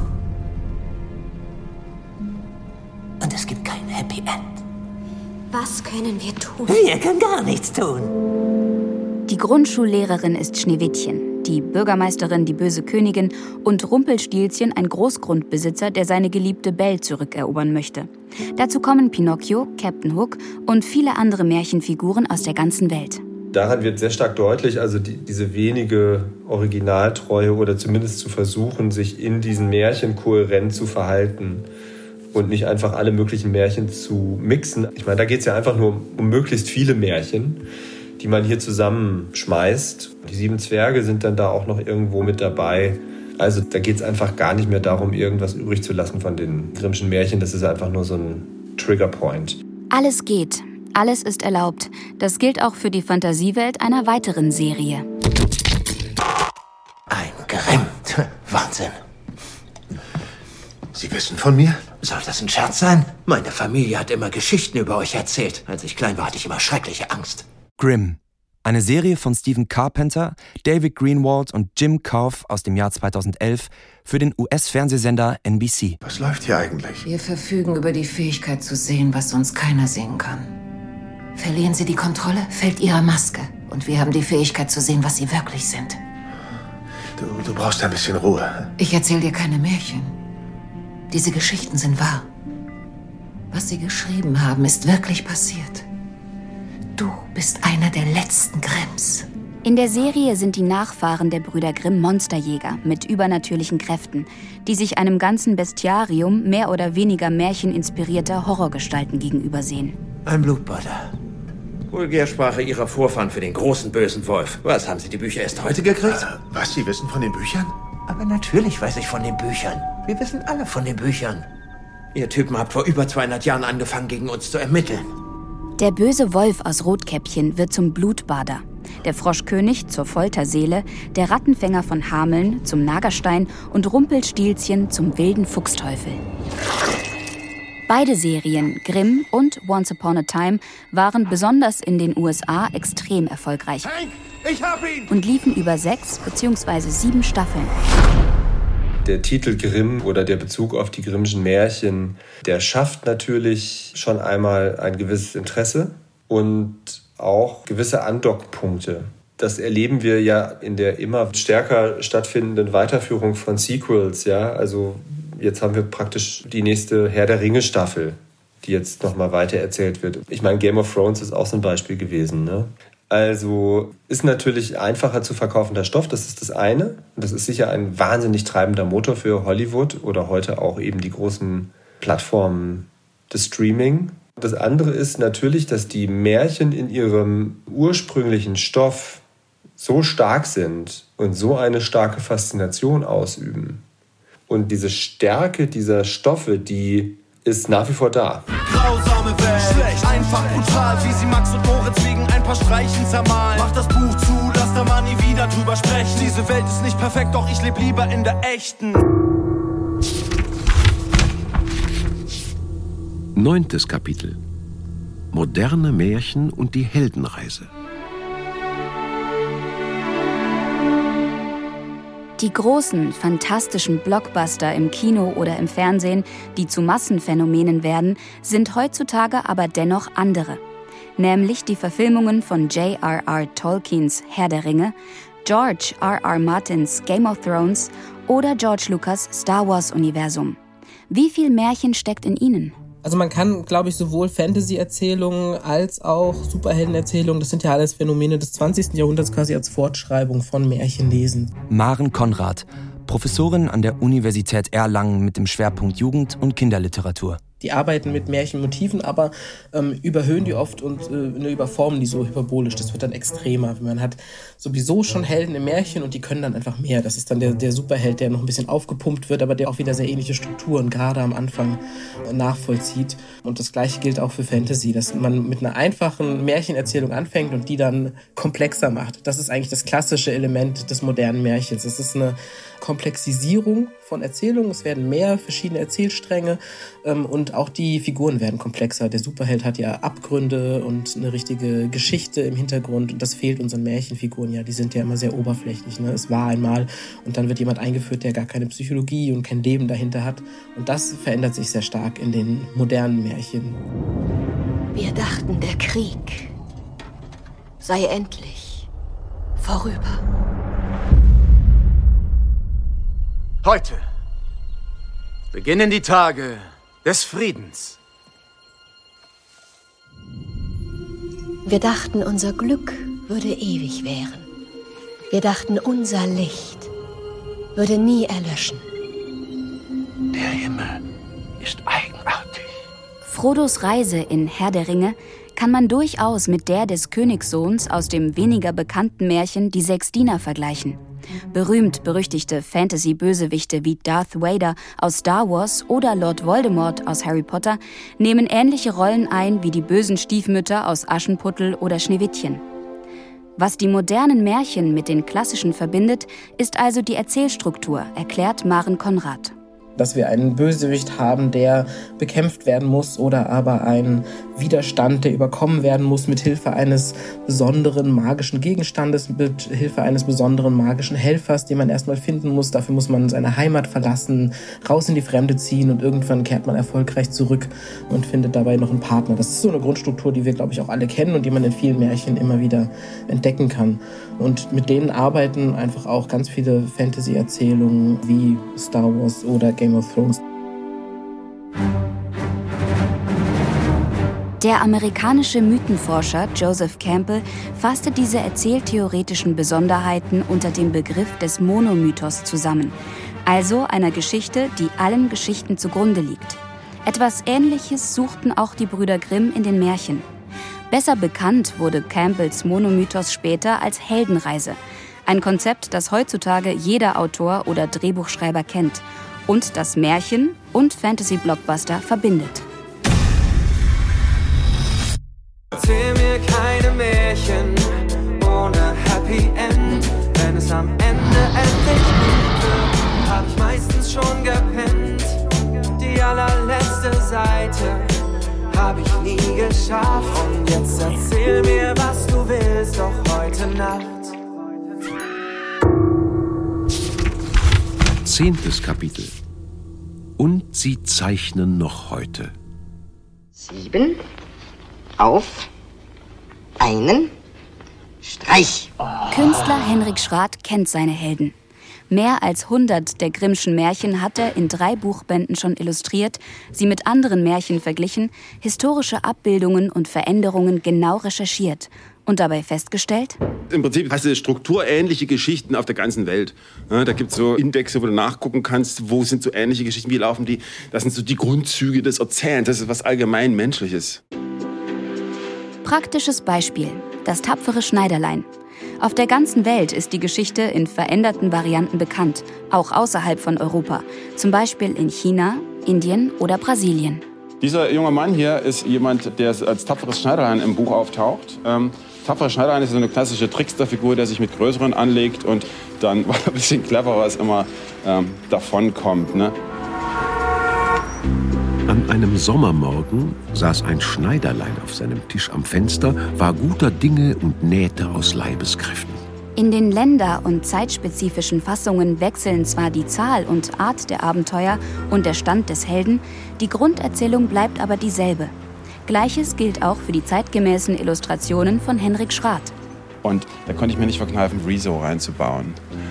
Und es gibt kein Happy End. Was können wir tun? Wir können gar nichts tun. Die Grundschullehrerin ist Schneewittchen, die Bürgermeisterin die böse Königin und Rumpelstilzchen ein Großgrundbesitzer, der seine geliebte Belle zurückerobern möchte. Dazu kommen Pinocchio, Captain Hook und viele andere Märchenfiguren aus der ganzen Welt. Daran wird sehr stark deutlich, also die, diese wenige Originaltreue oder zumindest zu versuchen, sich in diesen Märchen kohärent zu verhalten und nicht einfach alle möglichen Märchen zu mixen. Ich meine, da geht es ja einfach nur um, um möglichst viele Märchen, die man hier zusammenschmeißt. Die sieben Zwerge sind dann da auch noch irgendwo mit dabei. Also da geht es einfach gar nicht mehr darum, irgendwas übrig zu lassen von den Grimmschen Märchen. Das ist einfach nur so ein Triggerpoint. Alles geht. Alles ist erlaubt. Das gilt auch für die Fantasiewelt einer weiteren Serie. Ein Grimm. Wahnsinn. Sie wissen von mir? Soll das ein Scherz sein? Meine Familie hat immer Geschichten über euch erzählt. Als ich klein war, hatte ich immer schreckliche Angst. Grimm. Eine Serie von Stephen Carpenter, David Greenwald und Jim Kauf aus dem Jahr zweitausendelf für den U S-Fernsehsender N B C. Was läuft hier eigentlich? Wir verfügen über die Fähigkeit zu sehen, was sonst keiner sehen kann. Verlieren Sie die Kontrolle, fällt Ihre Maske. Und wir haben die Fähigkeit zu sehen, was Sie wirklich sind. Du, du brauchst ein bisschen Ruhe. Ich erzähle dir keine Märchen. Diese Geschichten sind wahr. Was Sie geschrieben haben, ist wirklich passiert. Du bist einer der letzten Grimms. In der Serie sind die Nachfahren der Brüder Grimm Monsterjäger mit übernatürlichen Kräften, die sich einem ganzen Bestiarium mehr oder weniger märcheninspirierter Horrorgestalten gegenübersehen. Ein Blutbader. Vulgärsprache ihrer Vorfahren für den großen bösen Wolf. Was, haben Sie die Bücher erst heute gekriegt? Äh, was, Sie wissen von den Büchern? Aber natürlich weiß ich von den Büchern. Wir wissen alle von den Büchern. Ihr Typen habt vor über zweihundert Jahren angefangen, gegen uns zu ermitteln. Der böse Wolf aus Rotkäppchen wird zum Blutbader, der Froschkönig zur Folterseele, der Rattenfänger von Hameln zum Nagerstein und Rumpelstilzchen zum wilden Fuchsteufel. Beide Serien, Grimm und Once Upon a Time, waren besonders in den U S A extrem erfolgreich. Hank, ich hab ihn! Und liefen über sechs bzw. sieben Staffeln. Der Titel Grimm oder der Bezug auf die Grimmschen Märchen, der schafft natürlich schon einmal ein gewisses Interesse und auch gewisse Andockpunkte. Das erleben wir ja in der immer stärker stattfindenden Weiterführung von Sequels. Ja? Also jetzt haben wir praktisch die nächste Herr der Ringe-Staffel, die jetzt nochmal weiter erzählt wird. Ich meine, Game of Thrones ist auch so ein Beispiel gewesen, ne? Also ist natürlich einfacher zu verkaufender Stoff, das ist das eine. Und das ist sicher ein wahnsinnig treibender Motor für Hollywood oder heute auch eben die großen Plattformen des Streaming. Das andere ist natürlich, dass die Märchen in ihrem ursprünglichen Stoff so stark sind und so eine starke Faszination ausüben. Und diese Stärke dieser Stoffe, die ist nach wie vor da. Grausame Welt, schlecht, einfach brutal, wie sie Max und Moritz wegen ein paar Streichen zermalen. Mach das Buch zu, lass da mal nie wieder drüber sprechen. Diese Welt ist nicht perfekt, doch ich lebe lieber in der echten. Neuntes Kapitel. Moderne Märchen und die Heldenreise. Die großen, fantastischen Blockbuster im Kino oder im Fernsehen, die zu Massenphänomenen werden, sind heutzutage aber dennoch andere. Nämlich die Verfilmungen von J R R Tolkiens Herr der Ringe, George R R Martins Game of Thrones oder George Lucas Star Wars-Universum. Wie viel Märchen steckt in ihnen? Also man kann, glaube ich, sowohl Fantasy-Erzählungen als auch Superheldenerzählungen, das sind ja alles Phänomene des zwanzigsten Jahrhunderts, quasi als Fortschreibung von Märchen lesen. Maren Konrad, Professorin an der Universität Erlangen mit dem Schwerpunkt Jugend- und Kinderliteratur. Die arbeiten mit Märchenmotiven, aber ähm, überhöhen die oft und äh, überformen die so hyperbolisch. Das wird dann extremer. Man hat sowieso schon Helden im Märchen und die können dann einfach mehr. Das ist dann der, der Superheld, der noch ein bisschen aufgepumpt wird, aber der auch wieder sehr ähnliche Strukturen gerade am Anfang äh, nachvollzieht. Und das Gleiche gilt auch für Fantasy, dass man mit einer einfachen Märchenerzählung anfängt und die dann komplexer macht. Das ist eigentlich das klassische Element des modernen Märchens. Es ist eine Komplexisierung von Erzählungen. Es werden mehr verschiedene Erzählstränge ähm, und auch die Figuren werden komplexer. Der Superheld hat ja Abgründe und eine richtige Geschichte im Hintergrund und das fehlt unseren Märchenfiguren ja. Die sind ja immer sehr oberflächlich. Ne? Es war einmal und dann wird jemand eingeführt, der gar keine Psychologie und kein Leben dahinter hat. Und das verändert sich sehr stark in den modernen Märchen. Wir dachten, der Krieg sei endlich vorüber. Heute beginnen die Tage des Friedens. Wir dachten, unser Glück würde ewig währen. Wir dachten, unser Licht würde nie erlöschen. Der Himmel ist eigenartig. Frodos Reise in Herr der Ringe kann man durchaus mit der des Königssohns aus dem weniger bekannten Märchen Die Sechs Diener vergleichen. Berühmt-berüchtigte Fantasy-Bösewichte wie Darth Vader aus Star Wars oder Lord Voldemort aus Harry Potter nehmen ähnliche Rollen ein wie die bösen Stiefmütter aus Aschenputtel oder Schneewittchen. Was die modernen Märchen mit den klassischen verbindet, ist also die Erzählstruktur, erklärt Maren Konrad. Dass wir einen Bösewicht haben, der bekämpft werden muss oder aber einen Widerstand, der überkommen werden muss mit Hilfe eines besonderen magischen Gegenstandes, mit Hilfe eines besonderen magischen Helfers, den man erstmal finden muss. Dafür muss man seine Heimat verlassen, raus in die Fremde ziehen und irgendwann kehrt man erfolgreich zurück und findet dabei noch einen Partner. Das ist so eine Grundstruktur, die wir, glaube ich, auch alle kennen und die man in vielen Märchen immer wieder entdecken kann. Und mit denen arbeiten einfach auch ganz viele Fantasy-Erzählungen wie Star Wars oder Game of Thrones. Der amerikanische Mythenforscher Joseph Campbell fasste diese erzähltheoretischen Besonderheiten unter dem Begriff des Monomythos zusammen, also einer Geschichte, die allen Geschichten zugrunde liegt. Etwas Ähnliches suchten auch die Brüder Grimm in den Märchen. Besser bekannt wurde Campbells Monomythos später als Heldenreise, ein Konzept, das heutzutage jeder Autor oder Drehbuchschreiber kennt und das Märchen und Fantasy-Blockbuster verbindet. Erzähl mir keine Märchen ohne Happy End. Wenn es am Ende endlich gut wird, hab ich meistens schon gepennt. Die allerletzte Seite hab ich nie geschafft. Und jetzt erzähl mir, was du willst, doch heute Nacht. Zehntes Kapitel. Und sie zeichnen noch heute. Sieben auf einen Streich. Künstler Henrik Schrath kennt seine Helden. Mehr als hundert der Grimmschen Märchen hat er in drei Buchbänden schon illustriert, sie mit anderen Märchen verglichen, historische Abbildungen und Veränderungen genau recherchiert und dabei festgestellt: Im Prinzip hast du strukturähnliche Geschichten auf der ganzen Welt. Ja, da gibt es so Indexe, wo du nachgucken kannst, wo sind so ähnliche Geschichten, wie laufen die. Das sind so die Grundzüge des Erzählens, das ist was allgemein Menschliches. Praktisches Beispiel: Das tapfere Schneiderlein. Auf der ganzen Welt ist die Geschichte in veränderten Varianten bekannt, auch außerhalb von Europa, zum Beispiel in China, Indien oder Brasilien. Dieser junge Mann hier ist jemand, der als tapferes Schneiderlein im Buch auftaucht. Ähm, tapferes Schneiderlein ist so eine klassische Tricksterfigur, der sich mit Größeren anlegt und dann, weil er ein bisschen cleverer ist, immer ähm, davonkommt. Ne? An einem Sommermorgen saß ein Schneiderlein auf seinem Tisch am Fenster, war guter Dinge und nähte aus Leibeskräften. In den länder- und zeitspezifischen Fassungen wechseln zwar die Zahl und Art der Abenteuer und der Stand des Helden, die Grunderzählung bleibt aber dieselbe. Gleiches gilt auch für die zeitgemäßen Illustrationen von Henrik Schrath. Und da konnte ich mir nicht verkneifen, Rezo reinzubauen.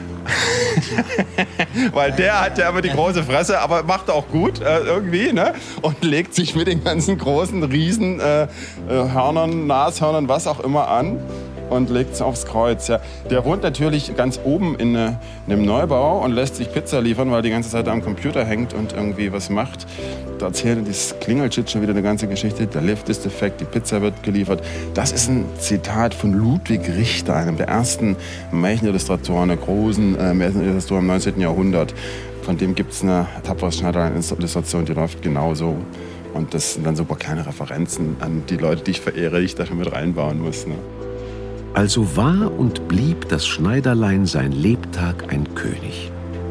Weil der hat ja immer die große Fresse, aber macht auch gut äh, irgendwie, ne? Und legt sich mit den ganzen großen Riesen, äh, äh, Hörnern, Nashörnern, was auch immer an und legt es aufs Kreuz. Ja. Der wohnt natürlich ganz oben in, äh, in einem Neubau und lässt sich Pizza liefern, weil er die ganze Zeit am Computer hängt und irgendwie was macht. Da erzählt dieses Klingelschild schon wieder eine ganze Geschichte. Der Lift ist defekt, die Pizza wird geliefert. Das ist ein Zitat von Ludwig Richter, einem der ersten Märchenillustratoren, der großen äh, Märchenillustratoren im neunzehnten Jahrhundert. Von dem gibt es eine tapfere Schneiderlein-Illustration, die läuft genauso. Und das sind dann super kleine Referenzen an die Leute, die ich verehre, die ich da schon mit reinbauen muss. Ne? Also war und blieb das Schneiderlein sein Lebtag ein König.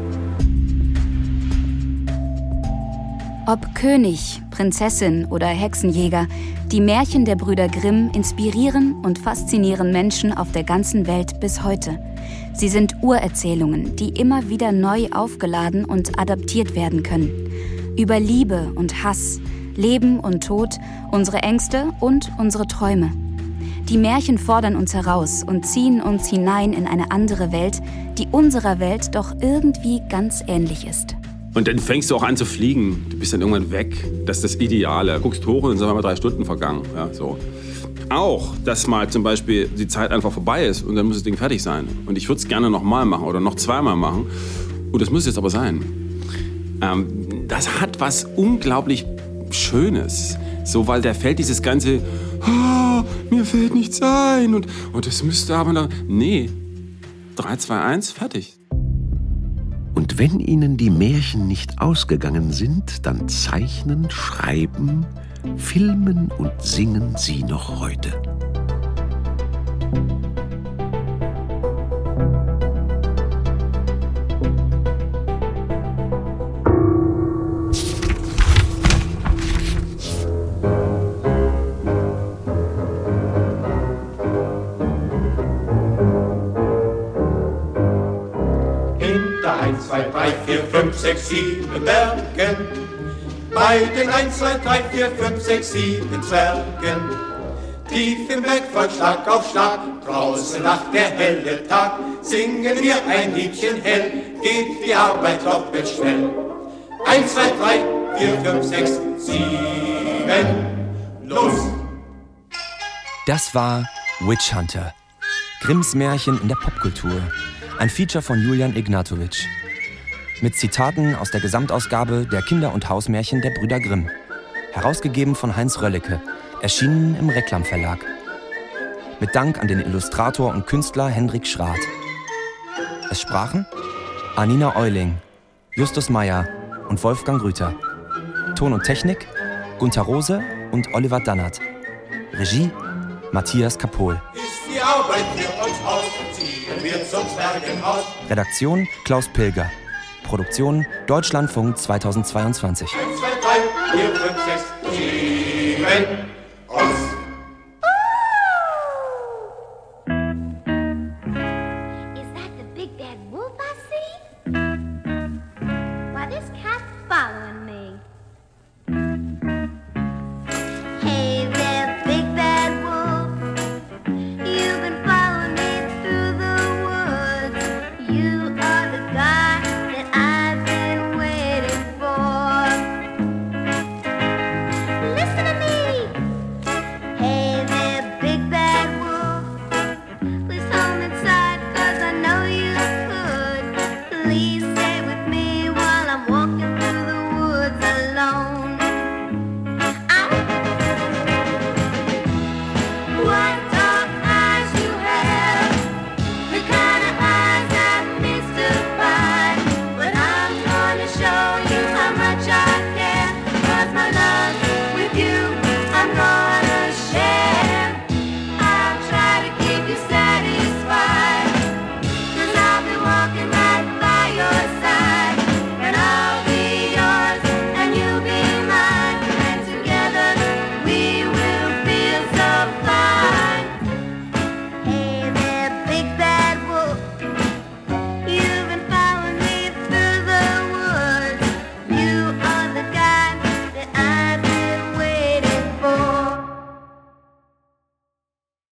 Ob König, Prinzessin oder Hexenjäger, die Märchen der Brüder Grimm inspirieren und faszinieren Menschen auf der ganzen Welt bis heute. Sie sind Urerzählungen, die immer wieder neu aufgeladen und adaptiert werden können. Über Liebe und Hass, Leben und Tod, unsere Ängste und unsere Träume. Die Märchen fordern uns heraus und ziehen uns hinein in eine andere Welt, die unserer Welt doch irgendwie ganz ähnlich ist. Und dann fängst du auch an zu fliegen. Du bist dann irgendwann weg. Das ist das Ideale. Guckst hoch und dann sind mal drei Stunden vergangen. Ja, so. Auch, dass mal zum Beispiel die Zeit einfach vorbei ist und dann muss das Ding fertig sein. Und ich würde es gerne noch mal machen oder noch zweimal machen. Und das muss jetzt aber sein. Ähm, das hat was unglaublich Schönes. So, weil da fällt dieses ganze, oh, mir fällt nichts ein und, und das müsste aber noch, nee, drei, zwei, eins, fertig. Und wenn Ihnen die Märchen nicht ausgegangen sind, dann zeichnen, schreiben, filmen und singen Sie noch heute. eins, zwei, drei, vier, fünf, sechs, sieben Bergen. Bei den eins, zwei, drei, vier, fünf, sechs, sieben Zwergen. Tief im Berg folgt Schlag auf Schlag, draußen lacht der helle Tag. Singen wir ein Liedchen hell, geht die Arbeit doppelt schnell. eins, zwei, drei, vier, fünf, sechs, sieben, los! Das war Witch Hunter. Grimms Märchen in der Popkultur. Ein Feature von Julian Ignatowitsch. Mit Zitaten aus der Gesamtausgabe der Kinder- und Hausmärchen der Brüder Grimm. Herausgegeben von Heinz Röllecke. Erschienen im Reklam Verlag. Mit Dank an den Illustrator und Künstler Henrik Schrath. Es sprachen Anina Euling, Justus Meyer und Wolfgang Rüther. Ton und Technik Gunther Rose und Oliver Dannert. Regie Matthias Kapohl. Ist die Arbeit für uns aus, ziehen wir zum Zwergenhaus. Redaktion Klaus Pilger. Produktion Deutschlandfunk zweitausendzweiundzwanzig. eins, zwei, drei, vier, fünf, sechs, sieben.